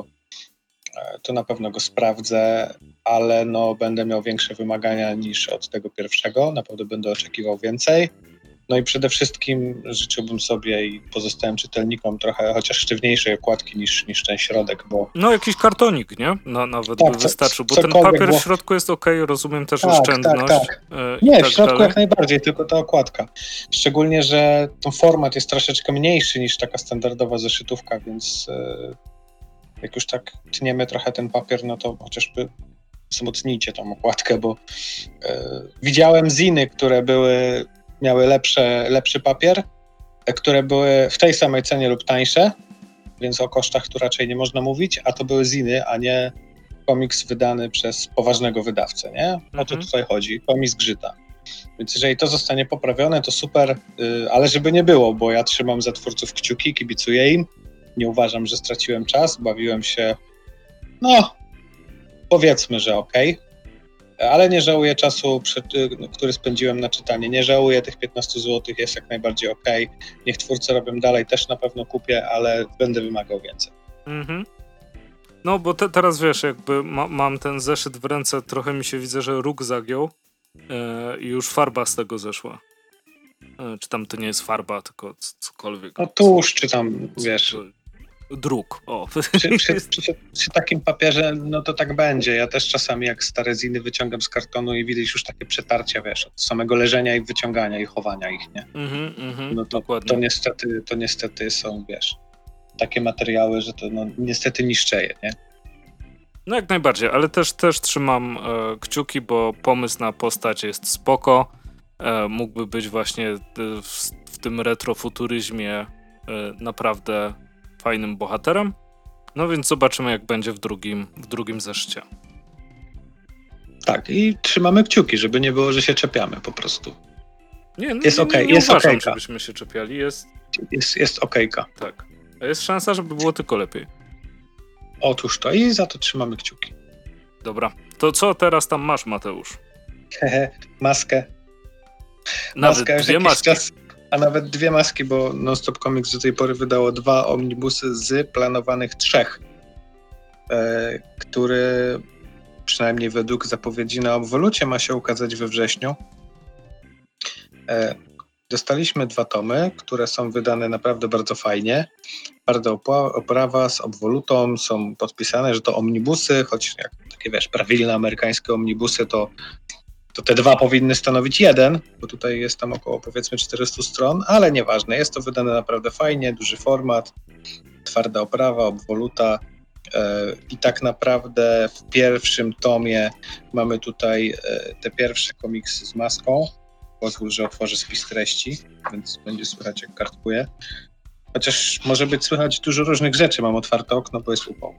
pewno go sprawdzę, ale no będę miał większe wymagania niż od tego pierwszego, naprawdę będę oczekiwał więcej. No i przede wszystkim życzyłbym sobie i pozostałym czytelnikom trochę chociaż sztywniejszej okładki niż ten środek, bo... No jakiś kartonik, nie? Nawet by wystarczył, bo ten papier w środku jest okej, rozumiem też oszczędność. Tak. Nie, w środku jak najbardziej, tylko ta okładka. Szczególnie, że ten format jest troszeczkę mniejszy niż taka standardowa zeszytówka, więc jak już tak tniemy trochę ten papier, no to chociażby wzmocnijcie tą okładkę, bo widziałem ziny, które miały lepszy papier, które były w tej samej cenie lub tańsze, więc o kosztach tu raczej nie można mówić, a to były ziny, a nie komiks wydany przez poważnego wydawcę, nie? O to tutaj chodzi, komiks Grzyta. Więc jeżeli to zostanie poprawione, to super, ale żeby nie było, bo ja trzymam za twórców kciuki, kibicuję im, nie uważam, że straciłem czas, bawiłem się, no powiedzmy, że okej. Ale nie żałuję czasu, który spędziłem na czytanie. Nie żałuję tych 15 zł, jest jak najbardziej okej. Niech twórcy robią dalej, też na pewno kupię, ale będę wymagał więcej. No bo teraz wiesz, jakby mam ten zeszyt w ręce, trochę mi się widzę, że róg zagiął i już farba z tego zeszła. Czy tam to nie jest farba, tylko cokolwiek. No tuż, czy tam, wiesz... Druk. O. Przy takim papierze, no to tak będzie. Ja też czasami jak stare ziny wyciągam z kartonu i widać już takie przetarcia, wiesz, od samego leżenia i wyciągania i chowania ich, nie? No to niestety są, wiesz, takie materiały, że to no, niestety niszczeje, nie? No jak najbardziej, ale też trzymam kciuki, bo pomysł na postać jest spoko. Mógłby być właśnie w tym retrofuturyzmie naprawdę fajnym bohaterem. No więc zobaczymy, jak będzie w drugim zeszycie. Tak, i trzymamy kciuki, żeby nie było, że się czepiamy po prostu. Jest okej, jest uważam, żebyśmy się czepiali. Jest okejka. Tak. A jest szansa, żeby było tylko lepiej. Otóż to i za to trzymamy kciuki. Dobra. To co teraz tam masz, Mateusz? Maskę. Nawet dwie maski. A nawet dwie maski, bo Non-Stop Comics do tej pory wydało 2 omnibusy z planowanych 3, który przynajmniej według zapowiedzi na Obwolucie ma się ukazać we wrześniu. Dostaliśmy 2 tomy, które są wydane naprawdę bardzo fajnie. Twarda oprawa z obwolutą, są podpisane, że to omnibusy, choć jak takie wiesz, prawilne amerykańskie omnibusy, to te 2 powinny stanowić 1, bo tutaj jest tam około powiedzmy 400 stron, ale nieważne, jest to wydane naprawdę fajnie, duży format, twarda oprawa, obwoluta i tak naprawdę w pierwszym tomie mamy tutaj te pierwsze komiksy z maską. Pozwól, że otworzę spis treści, więc będzie słychać jak kartkuję. Chociaż może być słychać dużo różnych rzeczy, mam otwarte okno, bo jest upał.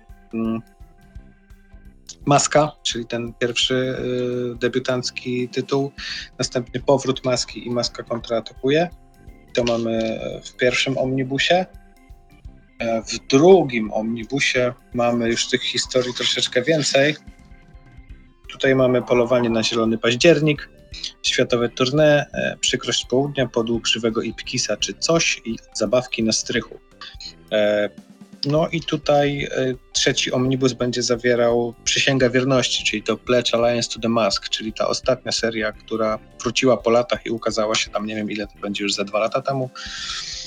Maska, czyli ten pierwszy debiutancki tytuł, następnie Powrót Maski i Maska kontraatakuje. To mamy w pierwszym omnibusie. W drugim omnibusie mamy już tych historii troszeczkę więcej. Tutaj mamy Polowanie na Zielony Październik, Światowe tournée, Przykrość Południa, Podług Żywego Ipkisa czy coś i Zabawki na strychu. No i tutaj trzeci omnibus będzie zawierał Przysięga Wierności, czyli to Pledge Alliance to the Mask, czyli ta ostatnia seria, która wróciła po latach i ukazała się tam, nie wiem ile to będzie, już za 2 lata temu.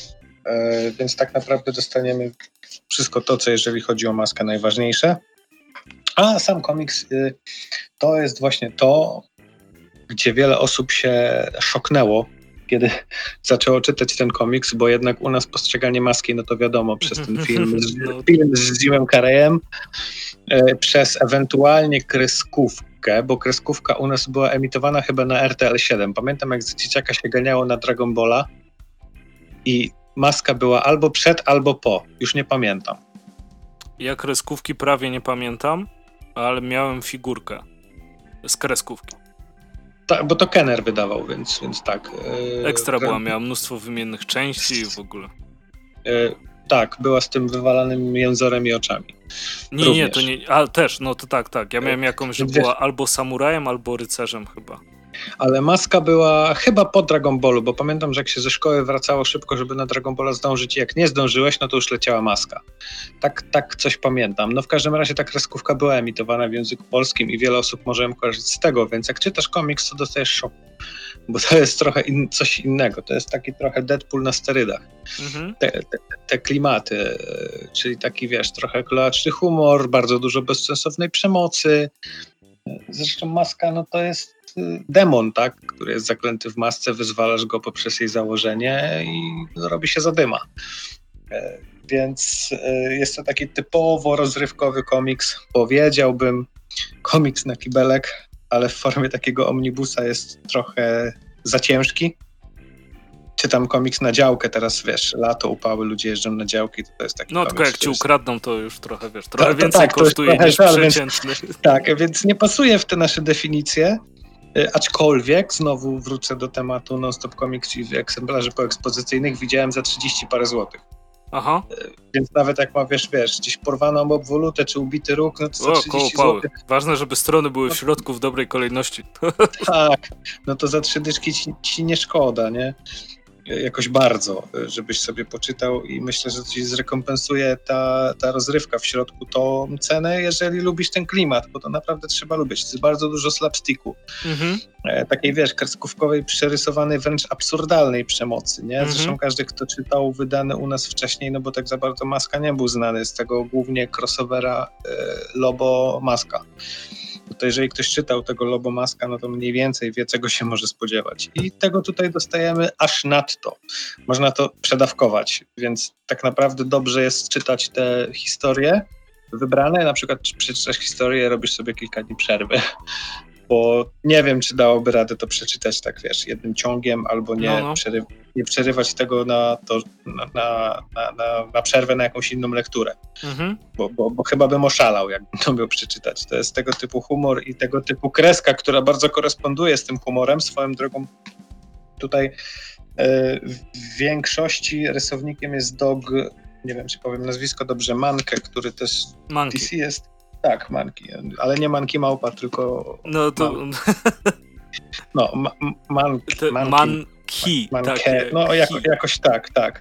więc tak naprawdę dostaniemy wszystko to, co jeżeli chodzi o maskę najważniejsze. A sam komiks to jest właśnie to, gdzie wiele osób się szoknęło, kiedy zaczęło czytać ten komiks, bo jednak u nas postrzeganie maski, no to wiadomo, przez ten film z Jimem Carreyem, przez ewentualnie kreskówkę, bo kreskówka u nas była emitowana chyba na RTL 7. Pamiętam, jak za dzieciaka się ganiało na Dragon Balla i maska była albo przed, albo po. Już nie pamiętam. Ja kreskówki prawie nie pamiętam, ale miałem figurkę z kreskówki. Tak, bo to Kenner wydawał, więc tak. Ekstra była, miała mnóstwo wymiennych części i w ogóle. Tak, była z tym wywalanym jęzorem i oczami. Nie, to nie. A też, no to tak. Ja miałem jakąś, że była albo samurajem, albo rycerzem chyba. Ale maska była chyba po Dragon Ballu, bo pamiętam, że jak się ze szkoły wracało szybko, żeby na Dragon Balla zdążyć i jak nie zdążyłeś, no to już leciała maska. Tak coś pamiętam. No w każdym razie ta kreskówka była emitowana w języku polskim i wiele osób może ją kojarzyć z tego, więc jak czytasz komiks, to dostajesz szok, bo to jest trochę coś innego. To jest taki trochę Deadpool na sterydach. Te klimaty, czyli taki, wiesz, trochę kloaczny humor, bardzo dużo bezsensownej przemocy. Zresztą maska, no to jest demon, tak, który jest zaklęty w masce, wyzwalasz go poprzez jej założenie i robi się zadyma. Więc jest to taki typowo rozrywkowy komiks, powiedziałbym komiks na kibelek, ale w formie takiego omnibusa jest trochę za ciężki. Czytam komiks na działkę, teraz wiesz, lato, upały, ludzie jeżdżą na działki, to jest taki komiks. Tylko jak ci ukradną, to już trochę, wiesz, trochę więcej kosztuje niż przeciętny. Tak, więc nie pasuje w te nasze definicje, aczkolwiek znowu wrócę do tematu non-stop comics i egzemplarzy poekspozycyjnych widziałem za 30 parę złotych. Aha. Więc nawet jak ma, wiesz, gdzieś porwaną obwolutę czy ubity róg, no to za 30 zł. Ważne, żeby strony były w środku w dobrej kolejności. Tak, no to za 3 dyszki ci nie szkoda, nie? Jakoś bardzo, żebyś sobie poczytał i myślę, że ci zrekompensuje ta rozrywka w środku tą cenę, jeżeli lubisz ten klimat, bo to naprawdę trzeba lubić. To jest bardzo dużo slapsticku. Takiej, wiesz, kreskówkowej, przerysowanej, wręcz absurdalnej przemocy, nie? Zresztą każdy, kto czytał wydany u nas wcześniej, no bo tak za bardzo Maska nie był znany, z tego głównie crossovera Lobo Maska. To jeżeli ktoś czytał tego Lobo Maska, no to mniej więcej wie, czego się może spodziewać. I tego tutaj dostajemy aż nadto. Można to przedawkować, więc tak naprawdę dobrze jest czytać te historie wybrane. Na przykład przeczytasz historię, robisz sobie kilka dni przerwy, bo nie wiem, czy dałoby radę to przeczytać tak, wiesz, jednym ciągiem, albo nie przerywać tego na przerwę na jakąś inną lekturę. Bo chyba bym oszalał, jakbym to miał przeczytać. To jest tego typu humor i tego typu kreska, która bardzo koresponduje z tym humorem. Swoją drogą tutaj w większości rysownikiem jest Dog, nie wiem, czy powiem nazwisko dobrze, Manke, który też Monkey. DC jest. Tak, Monkey, ale nie Monkey Małpa, tylko... No to... Monkey. No jakoś tak.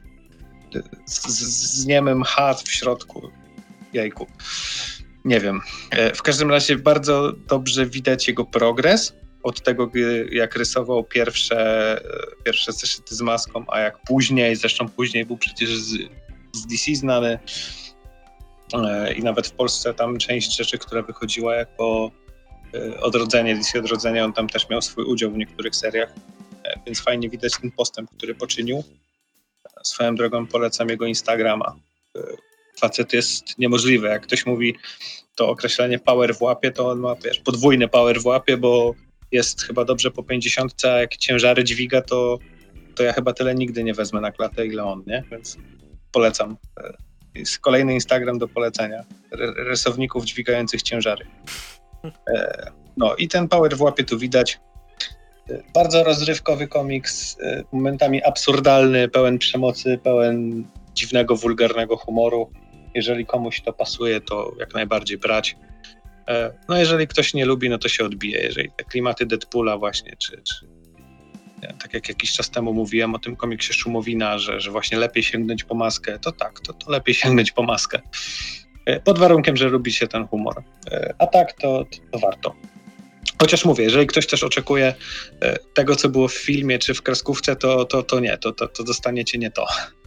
Z niemym H w środku. Jajku. Nie wiem. W każdym razie bardzo dobrze widać jego progres od tego, jak rysował pierwsze zeszyty z maską, a jak później, zresztą później był przecież z DC znany i nawet w Polsce tam część rzeczy, która wychodziła jako Odrodzenie, DC Odrodzenie, on tam też miał swój udział w niektórych seriach, więc fajnie widać ten postęp, który poczynił. Swoją drogą polecam jego Instagrama. Facet jest niemożliwy. Jak ktoś mówi to określenie power w łapie, to on ma, wiesz, podwójny power w łapie, bo jest chyba dobrze po 50, a jak ciężary dźwiga, to ja chyba tyle nigdy nie wezmę na klatę, ile on, nie? Więc polecam. Jest kolejny Instagram do polecenia. Rysowników dźwigających ciężary. No i ten power w łapie tu widać. Bardzo rozrywkowy komiks, momentami absurdalny, pełen przemocy, pełen dziwnego, wulgarnego humoru. Jeżeli komuś to pasuje, to jak najbardziej brać. No jeżeli ktoś nie lubi, no to się odbije. Jeżeli te klimaty Deadpoola właśnie, czy tak jak jakiś czas temu mówiłem o tym komiksie Szumowina, że właśnie lepiej sięgnąć po maskę, to tak, to lepiej sięgnąć po maskę. Pod warunkiem, że lubi się ten humor. A tak, to warto. Chociaż mówię, jeżeli ktoś też oczekuje tego, co było w filmie czy w kreskówce, to nie, to dostaniecie nie to.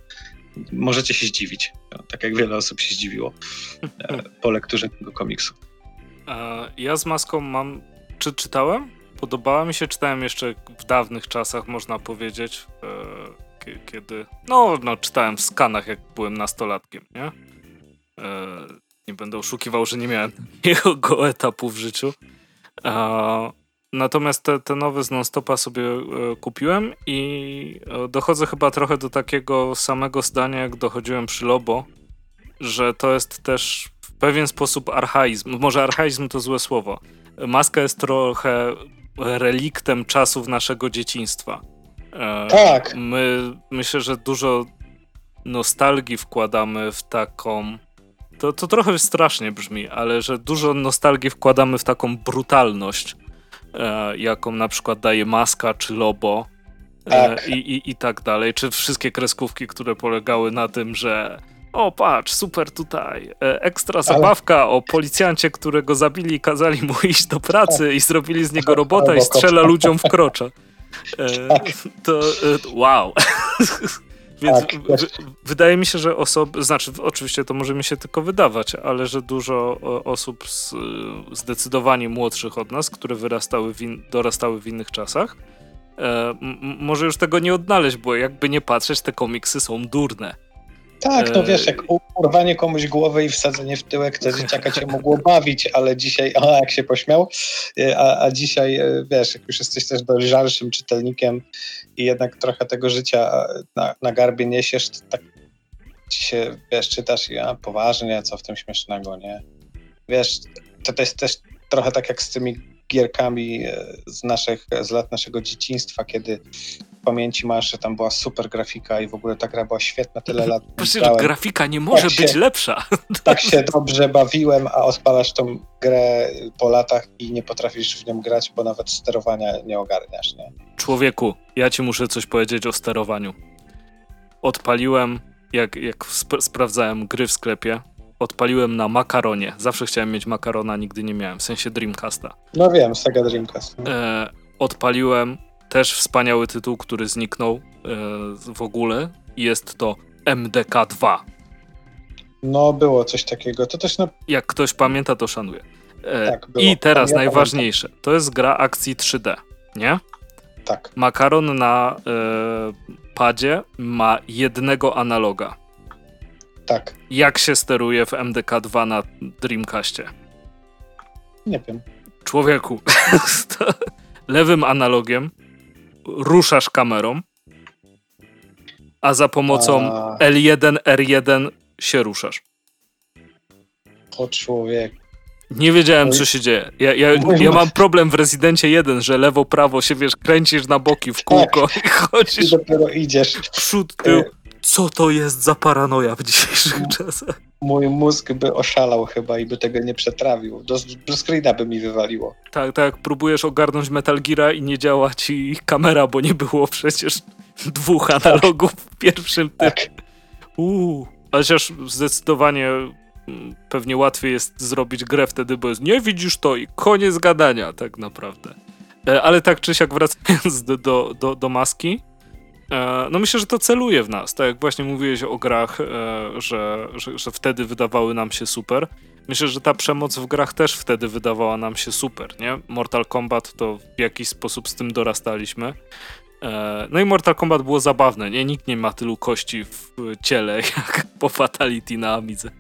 możecie się zdziwić. Tak jak wiele osób się zdziwiło po lekturze tego komiksu. Ja z Maską czytałem? Podobała mi się, czytałem jeszcze w dawnych czasach, można powiedzieć, kiedy... No, czytałem w skanach, jak byłem nastolatkiem, nie? Nie będę oszukiwał, że nie miałem jego etapu w życiu. Natomiast te nowe z Non-Stopa sobie kupiłem i dochodzę chyba trochę do takiego samego zdania, jak dochodziłem przy Lobo, że to jest też w pewien sposób archaizm. Może archaizm to złe słowo. Maska jest trochę reliktem czasów naszego dzieciństwa. Tak. Myślę, że dużo nostalgii wkładamy w taką... To trochę strasznie brzmi, ale że dużo nostalgii wkładamy w taką brutalność, jaką na przykład daje Maska czy Lobo, tak. I tak dalej. Czy wszystkie kreskówki, które polegały na tym, że o patrz, super tutaj, ekstra zabawka o policjancie, którego zabili i kazali mu iść do pracy i zrobili z niego robota i strzela ludziom w krocza. Wow. Więc wydaje mi się, że oczywiście to może mi się tylko wydawać, ale że dużo osób zdecydowanie młodszych od nas, które dorastały w innych czasach, może już tego nie odnaleźć, bo jakby nie patrzeć, te komiksy są durne. Tak, no wiesz, jak urwanie komuś głowy i wsadzenie w tyłek, to dzieciaka cię mogło bawić, ale dzisiaj, jak się pośmiał, a dzisiaj, wiesz, jak już jesteś też dojrzalszym czytelnikiem i jednak trochę tego życia na garbie niesiesz, to tak ci się, wiesz, czytasz i poważnie, co w tym śmiesznego, nie? Wiesz, to jest też trochę tak jak z tymi gierkami z lat naszego dzieciństwa, kiedy w pamięci masz, że tam była super grafika i w ogóle ta gra była świetna tyle lat. Przecież grafika nie może być lepsza. Tak się dobrze bawiłem, a odpalasz tą grę po latach i nie potrafisz w nią grać, bo nawet sterowania nie ogarniasz, nie? Człowieku, ja ci muszę coś powiedzieć o sterowaniu. Odpaliłem, jak sprawdzałem gry w sklepie, odpaliłem na Makaronie. Zawsze chciałem mieć Makarona, nigdy nie miałem, w sensie Dreamcasta. No wiem, Sega Dreamcast. Odpaliłem też wspaniały tytuł, który zniknął w ogóle. Jest to MDK 2. No było coś takiego. To też Jak ktoś pamięta, to szanuje. Tak, było. I teraz najważniejsze. To jest gra akcji 3D, nie? Tak. Makaron na padzie ma jednego analoga. Tak. Jak się steruje w MDK 2 na Dreamcastie? Nie wiem. Człowieku, lewym analogiem ruszasz kamerą, a za pomocą L1, R1 się ruszasz. O człowiek. Nie wiedziałem, co się dzieje. Ja mam problem w Rezydencie 1, że lewo, prawo się, wiesz, kręcisz na boki w kółko i chodzisz. I dopiero idziesz. Przód, tył. Co to jest za paranoja w dzisiejszych czasach? Mój mózg by oszalał chyba i by tego nie przetrawił. Do screena by mi wywaliło. Tak, jak próbujesz ogarnąć Metal Geara i nie działa ci kamera, bo nie było przecież dwóch analogów w pierwszym tym. Tak. Chociaż zdecydowanie pewnie łatwiej jest zrobić grę wtedy, bo nie widzisz to i koniec gadania tak naprawdę. Ale tak czy siak wracając do Maski, no myślę, że to celuje w nas. Tak jak właśnie mówiłeś o grach, że wtedy wydawały nam się super. Myślę, że ta przemoc w grach też wtedy wydawała nam się super, nie? Mortal Kombat to w jakiś sposób z tym dorastaliśmy. No i Mortal Kombat było zabawne, nie? Nikt nie ma tylu kości w ciele jak po Fatality na Amidze.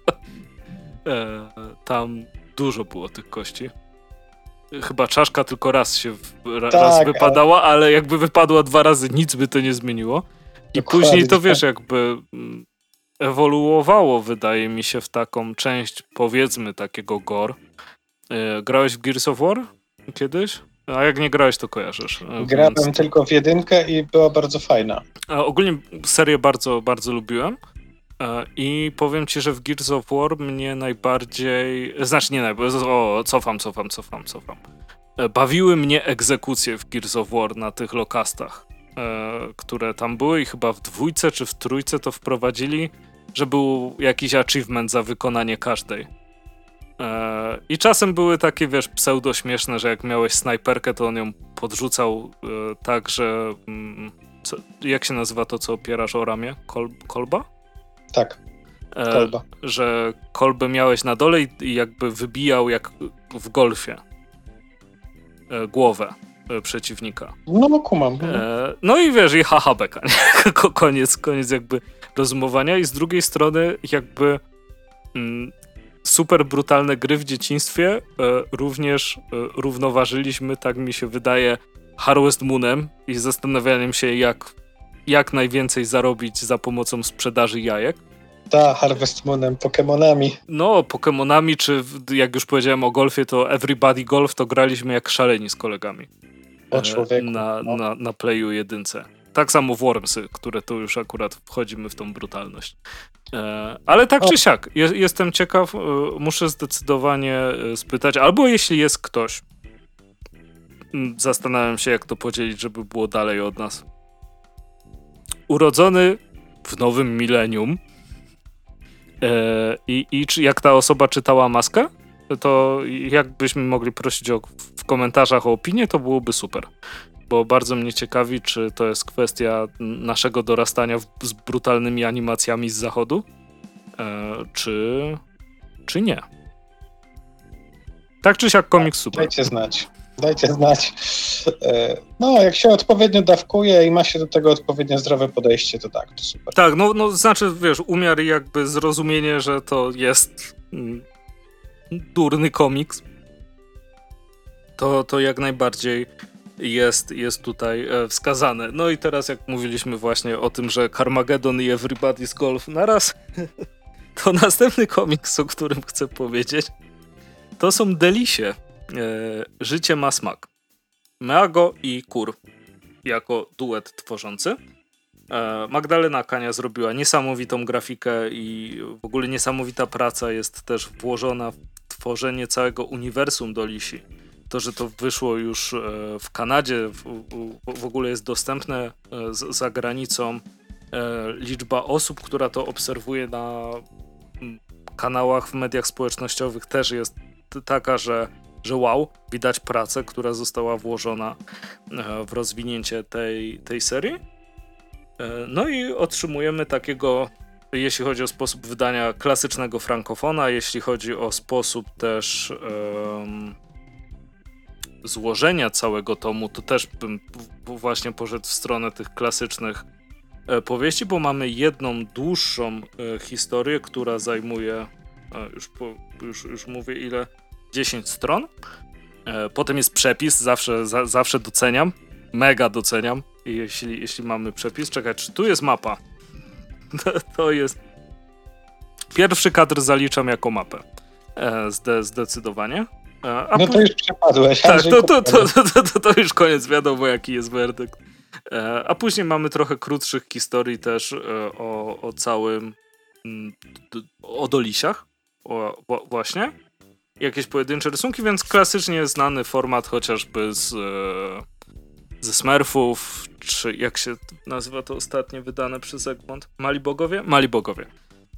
Tam dużo było tych kości. Chyba czaszka tylko raz raz wypadała, ale jakby wypadła 2 razy, nic by to nie zmieniło. I później to wiesz, jakby ewoluowało, wydaje mi się, w taką część, powiedzmy, takiego gore. Grałeś w Gears of War kiedyś? A jak nie grałeś, to kojarzysz. Grałem tylko w 1 i była bardzo fajna. Ogólnie serię bardzo, bardzo lubiłem. I powiem ci, że w Gears of War mnie najbardziej... Cofam. Bawiły mnie egzekucje w Gears of War na tych lokastach, które tam były i chyba w 2 czy w 3 to wprowadzili, że był jakiś achievement za wykonanie każdej. I czasem były takie, wiesz, pseudo śmieszne, że jak miałeś snajperkę, to on ją podrzucał tak, że jak się nazywa to, co opierasz o ramię? Kolba? Tak, kolba. Że kolbę miałeś na dole i jakby wybijał jak w golfie głowę przeciwnika. No kumam. No i wiesz, i haha beka, nie? Koniec jakby rozumowania i z drugiej strony jakby super brutalne gry w dzieciństwie również równoważyliśmy, tak mi się wydaje, Harvest Moonem i zastanawianiem się, jak najwięcej zarobić za pomocą sprzedaży jajek. Harvest Moonem, Pokemonami. No, Pokemonami, czy jak już powiedziałem o golfie, to Everybody Golf to graliśmy jak szaleni z kolegami. O człowieku. Na Playu 1. Tak samo Wormsy, które tu już akurat wchodzimy w tą brutalność. Ale tak czy siak, jestem ciekaw, muszę zdecydowanie spytać, albo jeśli jest ktoś, zastanawiam się, jak to podzielić, żeby było dalej od nas. Urodzony w nowym milenium i czy jak ta osoba czytała Maskę, to jakbyśmy mogli prosić w komentarzach o opinię, to byłoby super. Bo bardzo mnie ciekawi, czy to jest kwestia naszego dorastania z brutalnymi animacjami z zachodu, czy nie. Tak czy siak komiks super. Dajcie znać. No, jak się odpowiednio dawkuje i ma się do tego odpowiednio zdrowe podejście, to tak, to super. Tak, no znaczy, wiesz, umiar i jakby zrozumienie, że to jest durny komiks, to jak najbardziej jest tutaj wskazane. No i teraz jak mówiliśmy właśnie o tym, że Carmageddon i Everybody's Golf naraz, to następny komiks, o którym chcę powiedzieć, to są Delisie. Życie ma smak. Meago i Kur jako duet tworzący. Magdalena Kania zrobiła niesamowitą grafikę i w ogóle niesamowita praca jest też włożona w tworzenie całego uniwersum Delisi. To, że to wyszło już w Kanadzie, w ogóle jest dostępne za granicą. Liczba osób, która to obserwuje na kanałach w mediach społecznościowych też jest taka, że wow, widać pracę, która została włożona w rozwinięcie tej serii. No i otrzymujemy takiego, jeśli chodzi o sposób wydania, klasycznego frankofona, jeśli chodzi o sposób też złożenia całego tomu, to też bym właśnie poszedł w stronę tych klasycznych powieści, bo mamy jedną dłuższą historię, która zajmuje, już mówię ile, 10 stron. Potem jest przepis, zawsze doceniam, mega doceniam, jeśli mamy przepis. Czekaj, czy tu jest mapa? To jest... Pierwszy kadr zaliczam jako mapę. Zdecydowanie. No to już przepadłeś. Tak, to już koniec, wiadomo jaki jest werdykt. A później mamy trochę krótszych historii też o całym... o Dolisiach. Właśnie. Jakieś pojedyncze rysunki, więc klasycznie znany format chociażby ze Smurfów, czy jak się nazywa to ostatnie wydane przez Egmont? Mali Bogowie? Mali Bogowie.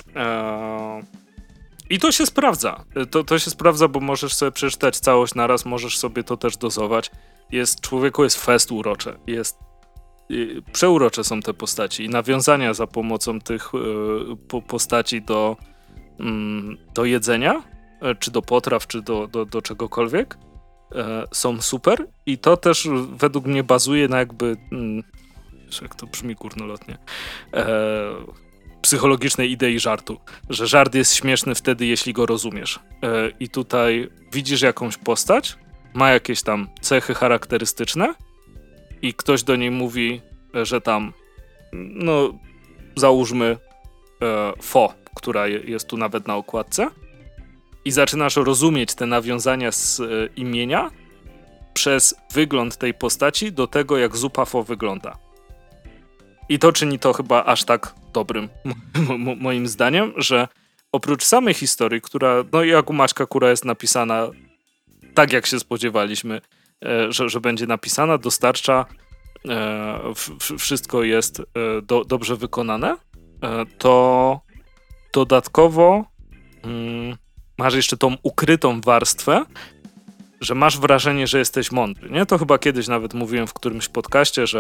I to się sprawdza. To się sprawdza, bo możesz sobie przeczytać całość naraz, możesz sobie to też dozować. Człowieku jest fest urocze. Przeurocze są te postaci i nawiązania za pomocą tych postaci do jedzenia, czy do potraw, czy do czegokolwiek, są super i to też według mnie bazuje na jakby, jak to brzmi górnolotnie, psychologicznej idei żartu, że żart jest śmieszny wtedy, jeśli go rozumiesz. I tutaj widzisz jakąś postać, ma jakieś tam cechy charakterystyczne i ktoś do niej mówi, że tam, no załóżmy Fo, która jest tu nawet na okładce, i zaczynasz rozumieć te nawiązania z imienia przez wygląd tej postaci do tego, jak zupa Fo wygląda. I to czyni to chyba aż tak dobrym, moim zdaniem, że oprócz samej historii, która, no jak u Maćka Kura jest napisana tak, jak się spodziewaliśmy, że będzie napisana, dostarcza, wszystko jest dobrze wykonane, to dodatkowo masz jeszcze tą ukrytą warstwę, że masz wrażenie, że jesteś mądry, nie? To chyba kiedyś nawet mówiłem w którymś podcaście, że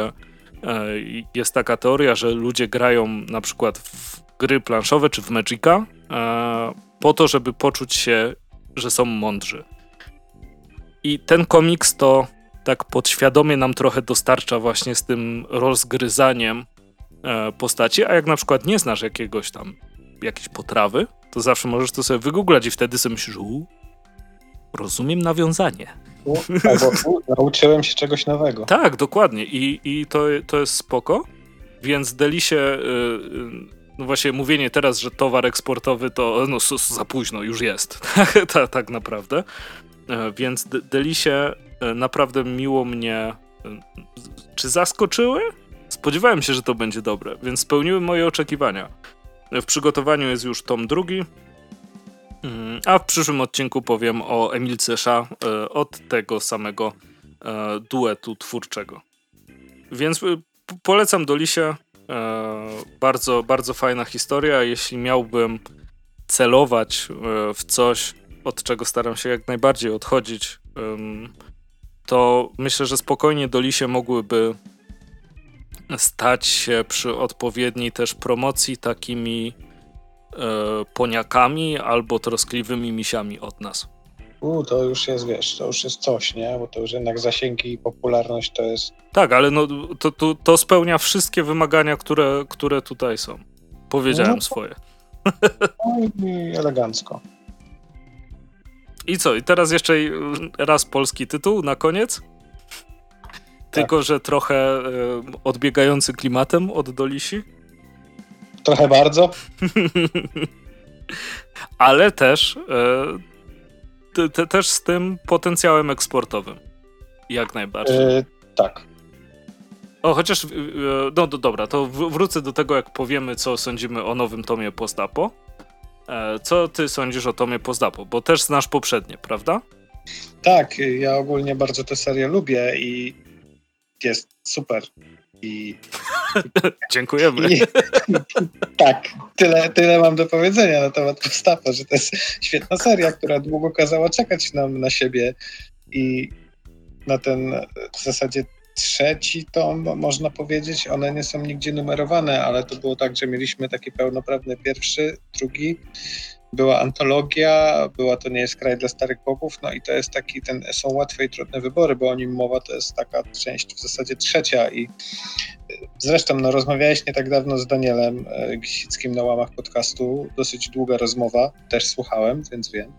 jest taka teoria, że ludzie grają na przykład w gry planszowe czy w Magica po to, żeby poczuć się, że są mądrzy. I ten komiks to tak podświadomie nam trochę dostarcza właśnie z tym rozgryzaniem postaci, a jak na przykład nie znasz jakiejś potrawy, to zawsze możesz to sobie wygooglać i wtedy sobie myślisz, rozumiem nawiązanie. Albo nauczyłem się czegoś nowego. Tak, dokładnie. I to jest spoko. Więc Delisie, no właśnie mówienie teraz, że towar eksportowy to za późno już jest. tak naprawdę. Więc Delisie naprawdę miło mnie czy zaskoczyły? Spodziewałem się, że to będzie dobre, więc spełniły moje oczekiwania. W przygotowaniu jest już tom 2, a w przyszłym odcinku powiem o Emilce Sza od tego samego duetu twórczego. Więc polecam Delisie. Bardzo, bardzo fajna historia. Jeśli miałbym celować w coś, od czego staram się jak najbardziej odchodzić, to myślę, że spokojnie Delisie mogłyby stać się przy odpowiedniej też promocji takimi poniakami albo troskliwymi misiami od nas. To już jest, to już jest coś, nie? Bo to już jednak zasięgi i popularność to jest... Tak, ale to spełnia wszystkie wymagania, które tutaj są. Powiedziałem swoje. I elegancko. I co? I teraz jeszcze raz polski tytuł na koniec? Tylko, że trochę odbiegający klimatem od Dolisi. Trochę bardzo. Ale też też z tym potencjałem eksportowym. Jak najbardziej. Tak. Chociaż, dobra, to wrócę do tego, jak powiemy, co sądzimy o nowym tomie Post-Apo. Co ty sądzisz o tomie Post-Apo? Bo też znasz poprzednie, prawda? Tak, ja ogólnie bardzo tę serię lubię i jest super. Dziękujemy. Tak, tyle mam do powiedzenia na temat Post-Apo, że to jest świetna seria, która długo kazała czekać nam na siebie i na ten w zasadzie 3. tom, można powiedzieć. One nie są nigdzie numerowane, ale to było tak, że mieliśmy taki pełnoprawny 1., 2. Była antologia, była To nie jest kraj dla starych bogów, no i to jest taki, są łatwe i trudne wybory, bo o nim mowa, to jest taka część w zasadzie 3. i zresztą rozmawiałeś nie tak dawno z Danielem Gisickim na łamach podcastu, dosyć długa rozmowa, też słuchałem, więc wiem.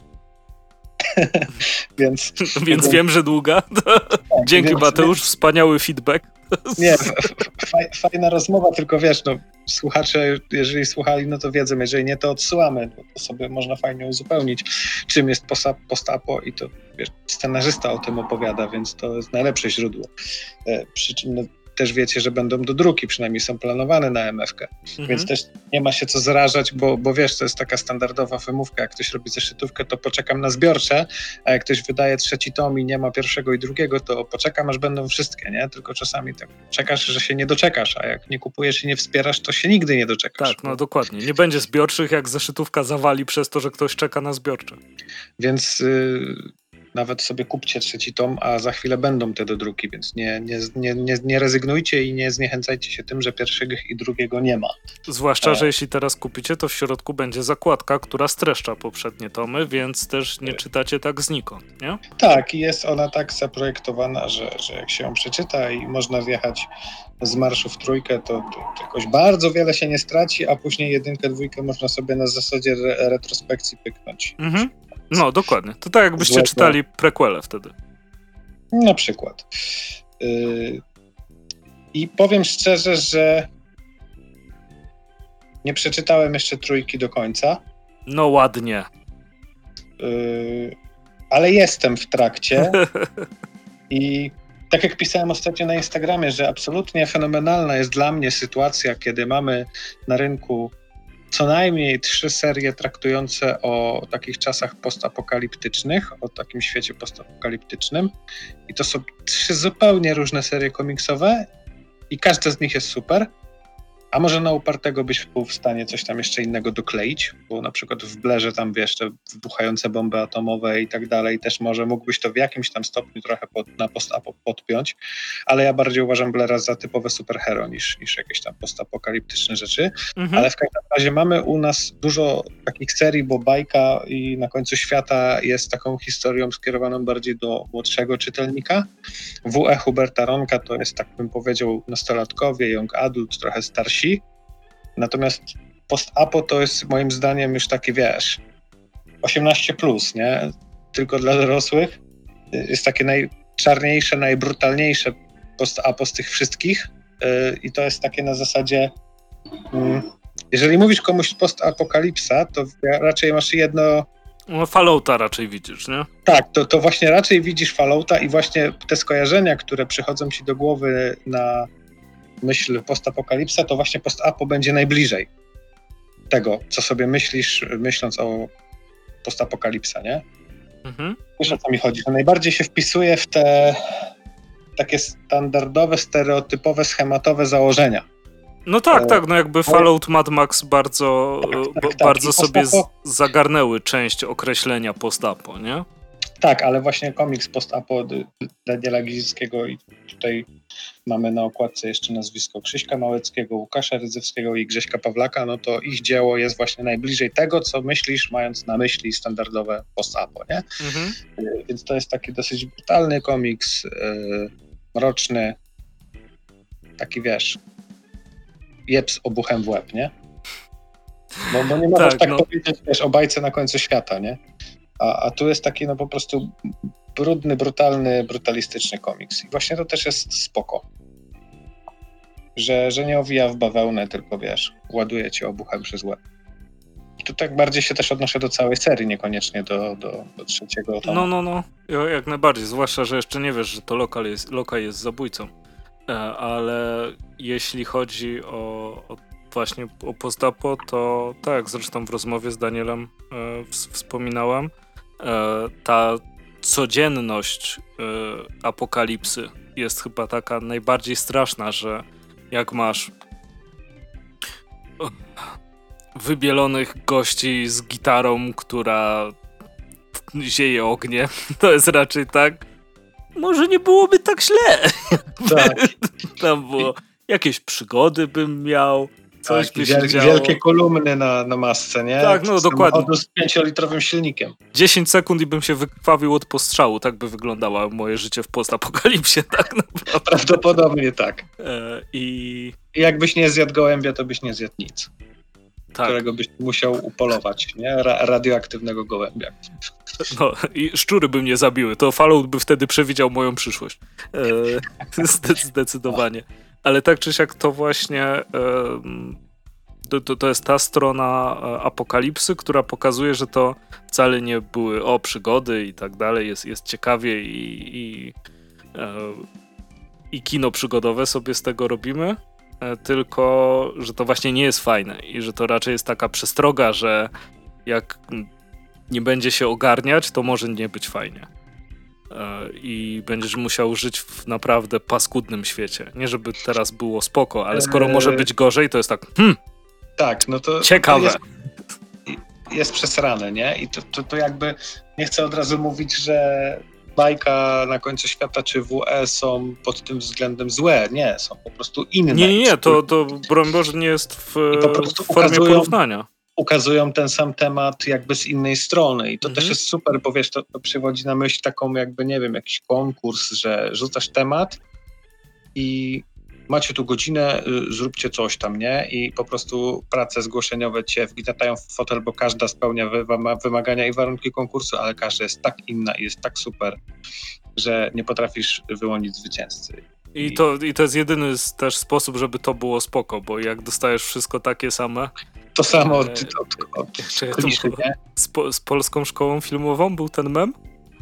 Więc wiem, że długa. Dzięki, Mateusz, wspaniały feedback. Nie, fajna rozmowa, tylko wiesz, słuchacze, jeżeli słuchali, no to wiedzą, jeżeli nie, to odsyłamy, to sobie można fajnie uzupełnić, czym jest Post-Apo i to, wiesz, scenarzysta o tym opowiada, więc to jest najlepsze źródło. Przy czym też wiecie, że będą dodruki, przynajmniej są planowane na MF-kę, więc też nie ma się co zrażać, bo wiesz, to jest taka standardowa wymówka, jak ktoś robi zeszytówkę, to poczekam na zbiorcze, a jak ktoś wydaje 3. tom i nie ma 1. i 2, to poczekam, aż będą wszystkie, nie? Tylko czasami tak czekasz, że się nie doczekasz, a jak nie kupujesz i nie wspierasz, to się nigdy nie doczekasz. Tak, dokładnie. Nie będzie zbiorczych, jak zeszytówka zawali przez to, że ktoś czeka na zbiorcze. Więc nawet sobie kupcie 3. tom, a za chwilę będą te dodruki, więc nie rezygnujcie i nie zniechęcajcie się tym, że 1. i 2. nie ma. Zwłaszcza, że jeśli teraz kupicie, to w środku będzie zakładka, która streszcza poprzednie tomy, więc też nie czytacie tak znikąd, nie? Tak, i jest ona tak zaprojektowana, że jak się ją przeczyta i można wjechać z marszu w 3, to jakoś bardzo wiele się nie straci, a później 1, 2 można sobie na zasadzie retrospekcji pyknąć. No, dokładnie. To tak jakbyście czytali prequele wtedy. Na przykład. I powiem szczerze, że nie przeczytałem jeszcze 3 do końca. No ładnie. Ale jestem w trakcie. I tak jak pisałem ostatnio na Instagramie, że absolutnie fenomenalna jest dla mnie sytuacja, kiedy mamy na rynku co najmniej 3 serie traktujące o takich czasach postapokaliptycznych, o takim świecie postapokaliptycznym. I to są 3 zupełnie różne serie komiksowe i każda z nich jest super. A może na upartego byś był w stanie coś tam jeszcze innego dokleić, bo na przykład w Blerze tam, wiesz, te wybuchające bomby atomowe i tak dalej, też może mógłbyś to w jakimś tam stopniu trochę na post-apo podpiąć, ale ja bardziej uważam Blera za typowe superhero niż jakieś tam postapokaliptyczne rzeczy, ale w każdym razie mamy u nas dużo takich serii, bo bajka i Na końcu świata jest taką historią skierowaną bardziej do młodszego czytelnika. W.E. Huberta Ronka to jest, tak bym powiedział, nastolatkowie, young adult, trochę starsi. Natomiast post-apo to jest moim zdaniem już taki, wiesz, 18+, nie? Tylko dla dorosłych. Jest takie najczarniejsze, najbrutalniejsze post-apo z tych wszystkich i to jest takie na zasadzie jeżeli mówisz komuś post-apokalipsa, to raczej masz jedno... No, Fallouta raczej widzisz, nie? Tak, to właśnie raczej widzisz Fallouta i właśnie te skojarzenia, które przychodzą ci do głowy na myśl postapokalipsa, to właśnie post-apo będzie najbliżej tego, co sobie myślisz, myśląc o postapokalipsa, nie? Wiesz, o co mi chodzi? To najbardziej się wpisuje w te takie standardowe, stereotypowe, schematowe założenia. No tak, no jakby Fallout, Mad Max bardzo, bardzo sobie zagarnęły część określenia post-apo, nie? Tak, ale właśnie komiks post-apo Daniela Gizickiego i tutaj mamy na okładce jeszcze nazwisko Krzyśka Małeckiego, Łukasza Rydzewskiego i Grześka Pawlaka, no to ich dzieło jest właśnie najbliżej tego, co myślisz, mając na myśli standardowe post-apo, nie? Więc to jest taki dosyć brutalny komiks, mroczny, taki, wiesz, jeb z obuchem w łeb, nie? Bo nie możesz tak powiedzieć, wiesz, o bajce Na końcu świata, nie? A tu jest taki, no po prostu brudny, brutalny, brutalistyczny komiks. I właśnie to też jest spoko. Że nie owija w bawełnę, tylko, wiesz, ładuje cię obuchem przez łeb. I tu tak bardziej się też odnoszę do całej serii, niekoniecznie do trzeciego tomu. No. Jak najbardziej. Zwłaszcza, że jeszcze nie wiesz, że to Lokaj jest zabójcą. Ale jeśli chodzi o właśnie o post-apo, to tak, zresztą w rozmowie z Danielem wspominałem, ta codzienność apokalipsy jest chyba taka najbardziej straszna, że jak masz wybielonych gości z gitarą, która zieje ognie, to jest raczej tak, może nie byłoby tak źle. Tak. Tam było jakieś przygody bym miał, coś by się działo. Wielkie kolumny na masce, nie? Tak, no dokładnie. Z 5-litrowym silnikiem. 10 sekund i bym się wykrwawił od postrzału. Tak by wyglądało moje życie w postapokalipsie, tak naprawdę. Prawdopodobnie tak. I jakbyś nie zjadł gołębia, to byś nie zjadł nic. Tak. Którego byś musiał upolować, nie? Radioaktywnego gołębia. No i szczury by mnie zabiły. To Fallout by wtedy przewidział moją przyszłość. Zdecydowanie. Ale tak czy siak to właśnie to jest ta strona apokalipsy, która pokazuje, że to wcale nie były przygody i tak dalej. Jest ciekawie i kino przygodowe sobie z tego robimy. Tylko, że to właśnie nie jest fajne i że to raczej jest taka przestroga, że jak nie będzie się ogarniać, to może nie być fajnie. I będziesz musiał żyć w naprawdę paskudnym świecie. Nie żeby teraz było spoko, ale skoro może być gorzej, to jest tak tak, no to ciekawe. Jest przesrane, nie? I to jakby nie chcę od razu mówić, że bajka Na końcu świata czy WE są pod tym względem złe. Nie, są po prostu inne. Nie, to broń Boże nie jest w formie porównania. Ukazują ten sam temat jakby z innej strony i to też jest super, bo wiesz, to przywodzi na myśl taką jakby, nie wiem, jakiś konkurs, że rzucasz temat i macie tu godzinę, zróbcie coś tam, nie? I po prostu prace zgłoszeniowe cię wgniatają w fotel, bo każda spełnia wymagania i warunki konkursu, ale każda jest tak inna i jest tak super, że nie potrafisz wyłonić zwycięzcy. I to jest jedyny też sposób, żeby to było spoko, bo jak dostajesz wszystko takie same... To samo od kliszy, nie? Z polską szkołą filmową był ten mem?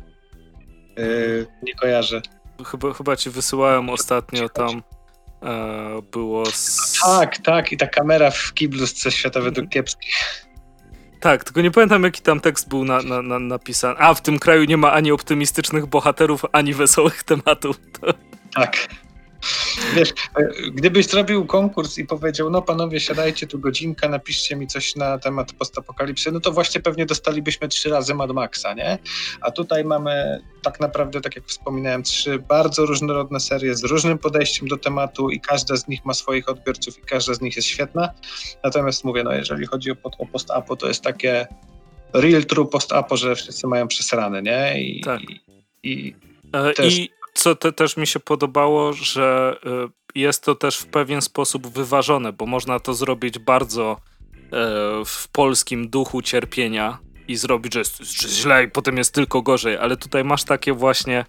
Nie kojarzę. Chyba ci wysyłałem ostatnio tam. Było Tak, i ta kamera w kiblu ze Świata według kiepskich. Tak, tylko nie pamiętam, jaki tam tekst był napisany. W tym kraju nie ma ani optymistycznych bohaterów, ani wesołych tematów. Tak. Wiesz, gdybyś zrobił konkurs i powiedział, no panowie, siadajcie tu godzinkę, napiszcie mi coś na temat postapokalipsy, no to właśnie pewnie dostalibyśmy 3 razy Mad Maxa, nie? A tutaj mamy tak naprawdę, tak jak wspominałem, 3 bardzo różnorodne serie z różnym podejściem do tematu i każda z nich ma swoich odbiorców i każda z nich jest świetna. Natomiast mówię, no jeżeli chodzi o post-apo, to jest takie real true post-apo, że wszyscy mają przesrane, nie? I co też mi się podobało, że jest to też w pewien sposób wyważone, bo można to zrobić bardzo w polskim duchu cierpienia i zrobić, że jest źle i potem jest tylko gorzej, ale tutaj masz takie właśnie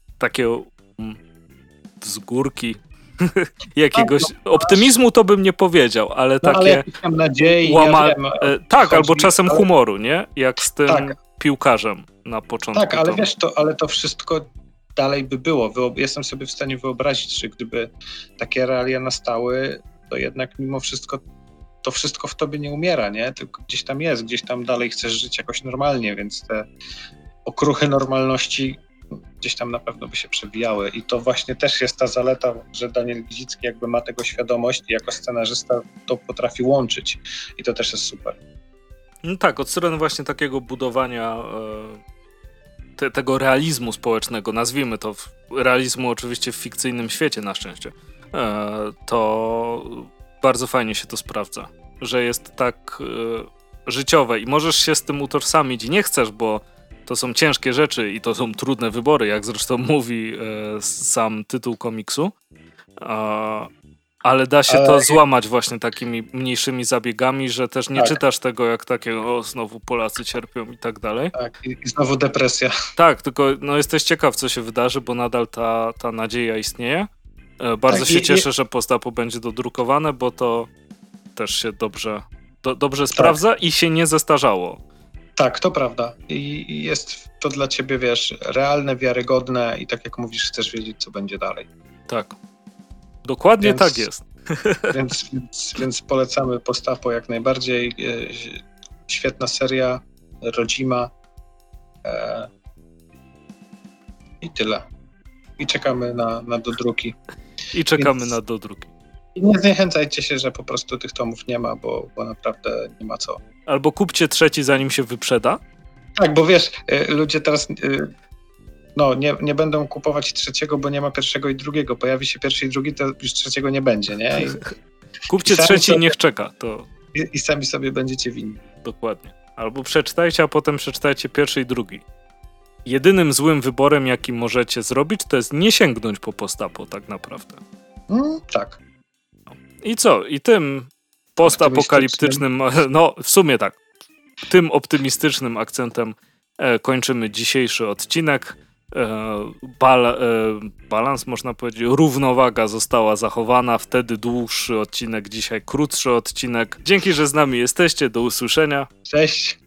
wzgórki jakiegoś optymizmu to bym nie powiedział, ale takie ale tam nadziei, tak, albo czasem humoru, nie? Jak z tym piłkarzem na początku. Tak, ale wiesz, ale to wszystko dalej by było. Jestem sobie w stanie wyobrazić, że gdyby takie realia nastały, to jednak mimo wszystko to wszystko w tobie nie umiera, nie? Tylko gdzieś tam jest, gdzieś tam dalej chcesz żyć jakoś normalnie, więc te okruchy normalności gdzieś tam na pewno by się przebijały. I to właśnie też jest ta zaleta, że Daniel Gizicki jakby ma tego świadomość i jako scenarzysta to potrafi łączyć. I to też jest super. No tak, od strony właśnie takiego budowania tego realizmu społecznego, nazwijmy to, realizmu oczywiście w fikcyjnym świecie na szczęście, to bardzo fajnie się to sprawdza, że jest tak życiowe i możesz się z tym utożsamić i nie chcesz, bo to są ciężkie rzeczy i to są trudne wybory, jak zresztą mówi sam tytuł komiksu, ale da się to złamać właśnie takimi mniejszymi zabiegami, że też nie czytasz tego jak takie, znowu Polacy cierpią i tak dalej. Tak, i znowu depresja. Tak, tylko jesteś ciekaw, co się wydarzy, bo nadal ta nadzieja istnieje. Bardzo się cieszę, że post-apo będzie dodrukowane, bo to też się dobrze sprawdza i się nie zestarzało. Tak, to prawda. I jest to dla ciebie, wiesz, realne, wiarygodne i tak jak mówisz, chcesz wiedzieć, co będzie dalej. Tak. Dokładnie tak jest. Więc polecamy post-apo jak najbardziej. Świetna seria, rodzima. I tyle. I czekamy na dodruki. Na dodruki. I nie zniechęcajcie się, że po prostu tych tomów nie ma, bo naprawdę nie ma co. Albo kupcie 3, zanim się wyprzeda. Tak, bo wiesz, ludzie teraz nie będą kupować 3, bo nie ma 1 i 2. Pojawi się 1 i 2, to już 3 nie będzie, nie? Kupcie 3 i niech czeka. I sami sobie będziecie winni. Dokładnie. Albo przeczytajcie, a potem przeczytajcie 1 i 2. Jedynym złym wyborem, jaki możecie zrobić, to jest nie sięgnąć po post-apo tak naprawdę. Tak. I co? I tym postapokaliptycznym, w sumie tak, tym optymistycznym akcentem kończymy dzisiejszy odcinek. Balans, można powiedzieć, równowaga została zachowana, wtedy dłuższy odcinek, dzisiaj krótszy odcinek. Dzięki, że z nami jesteście, do usłyszenia. Cześć.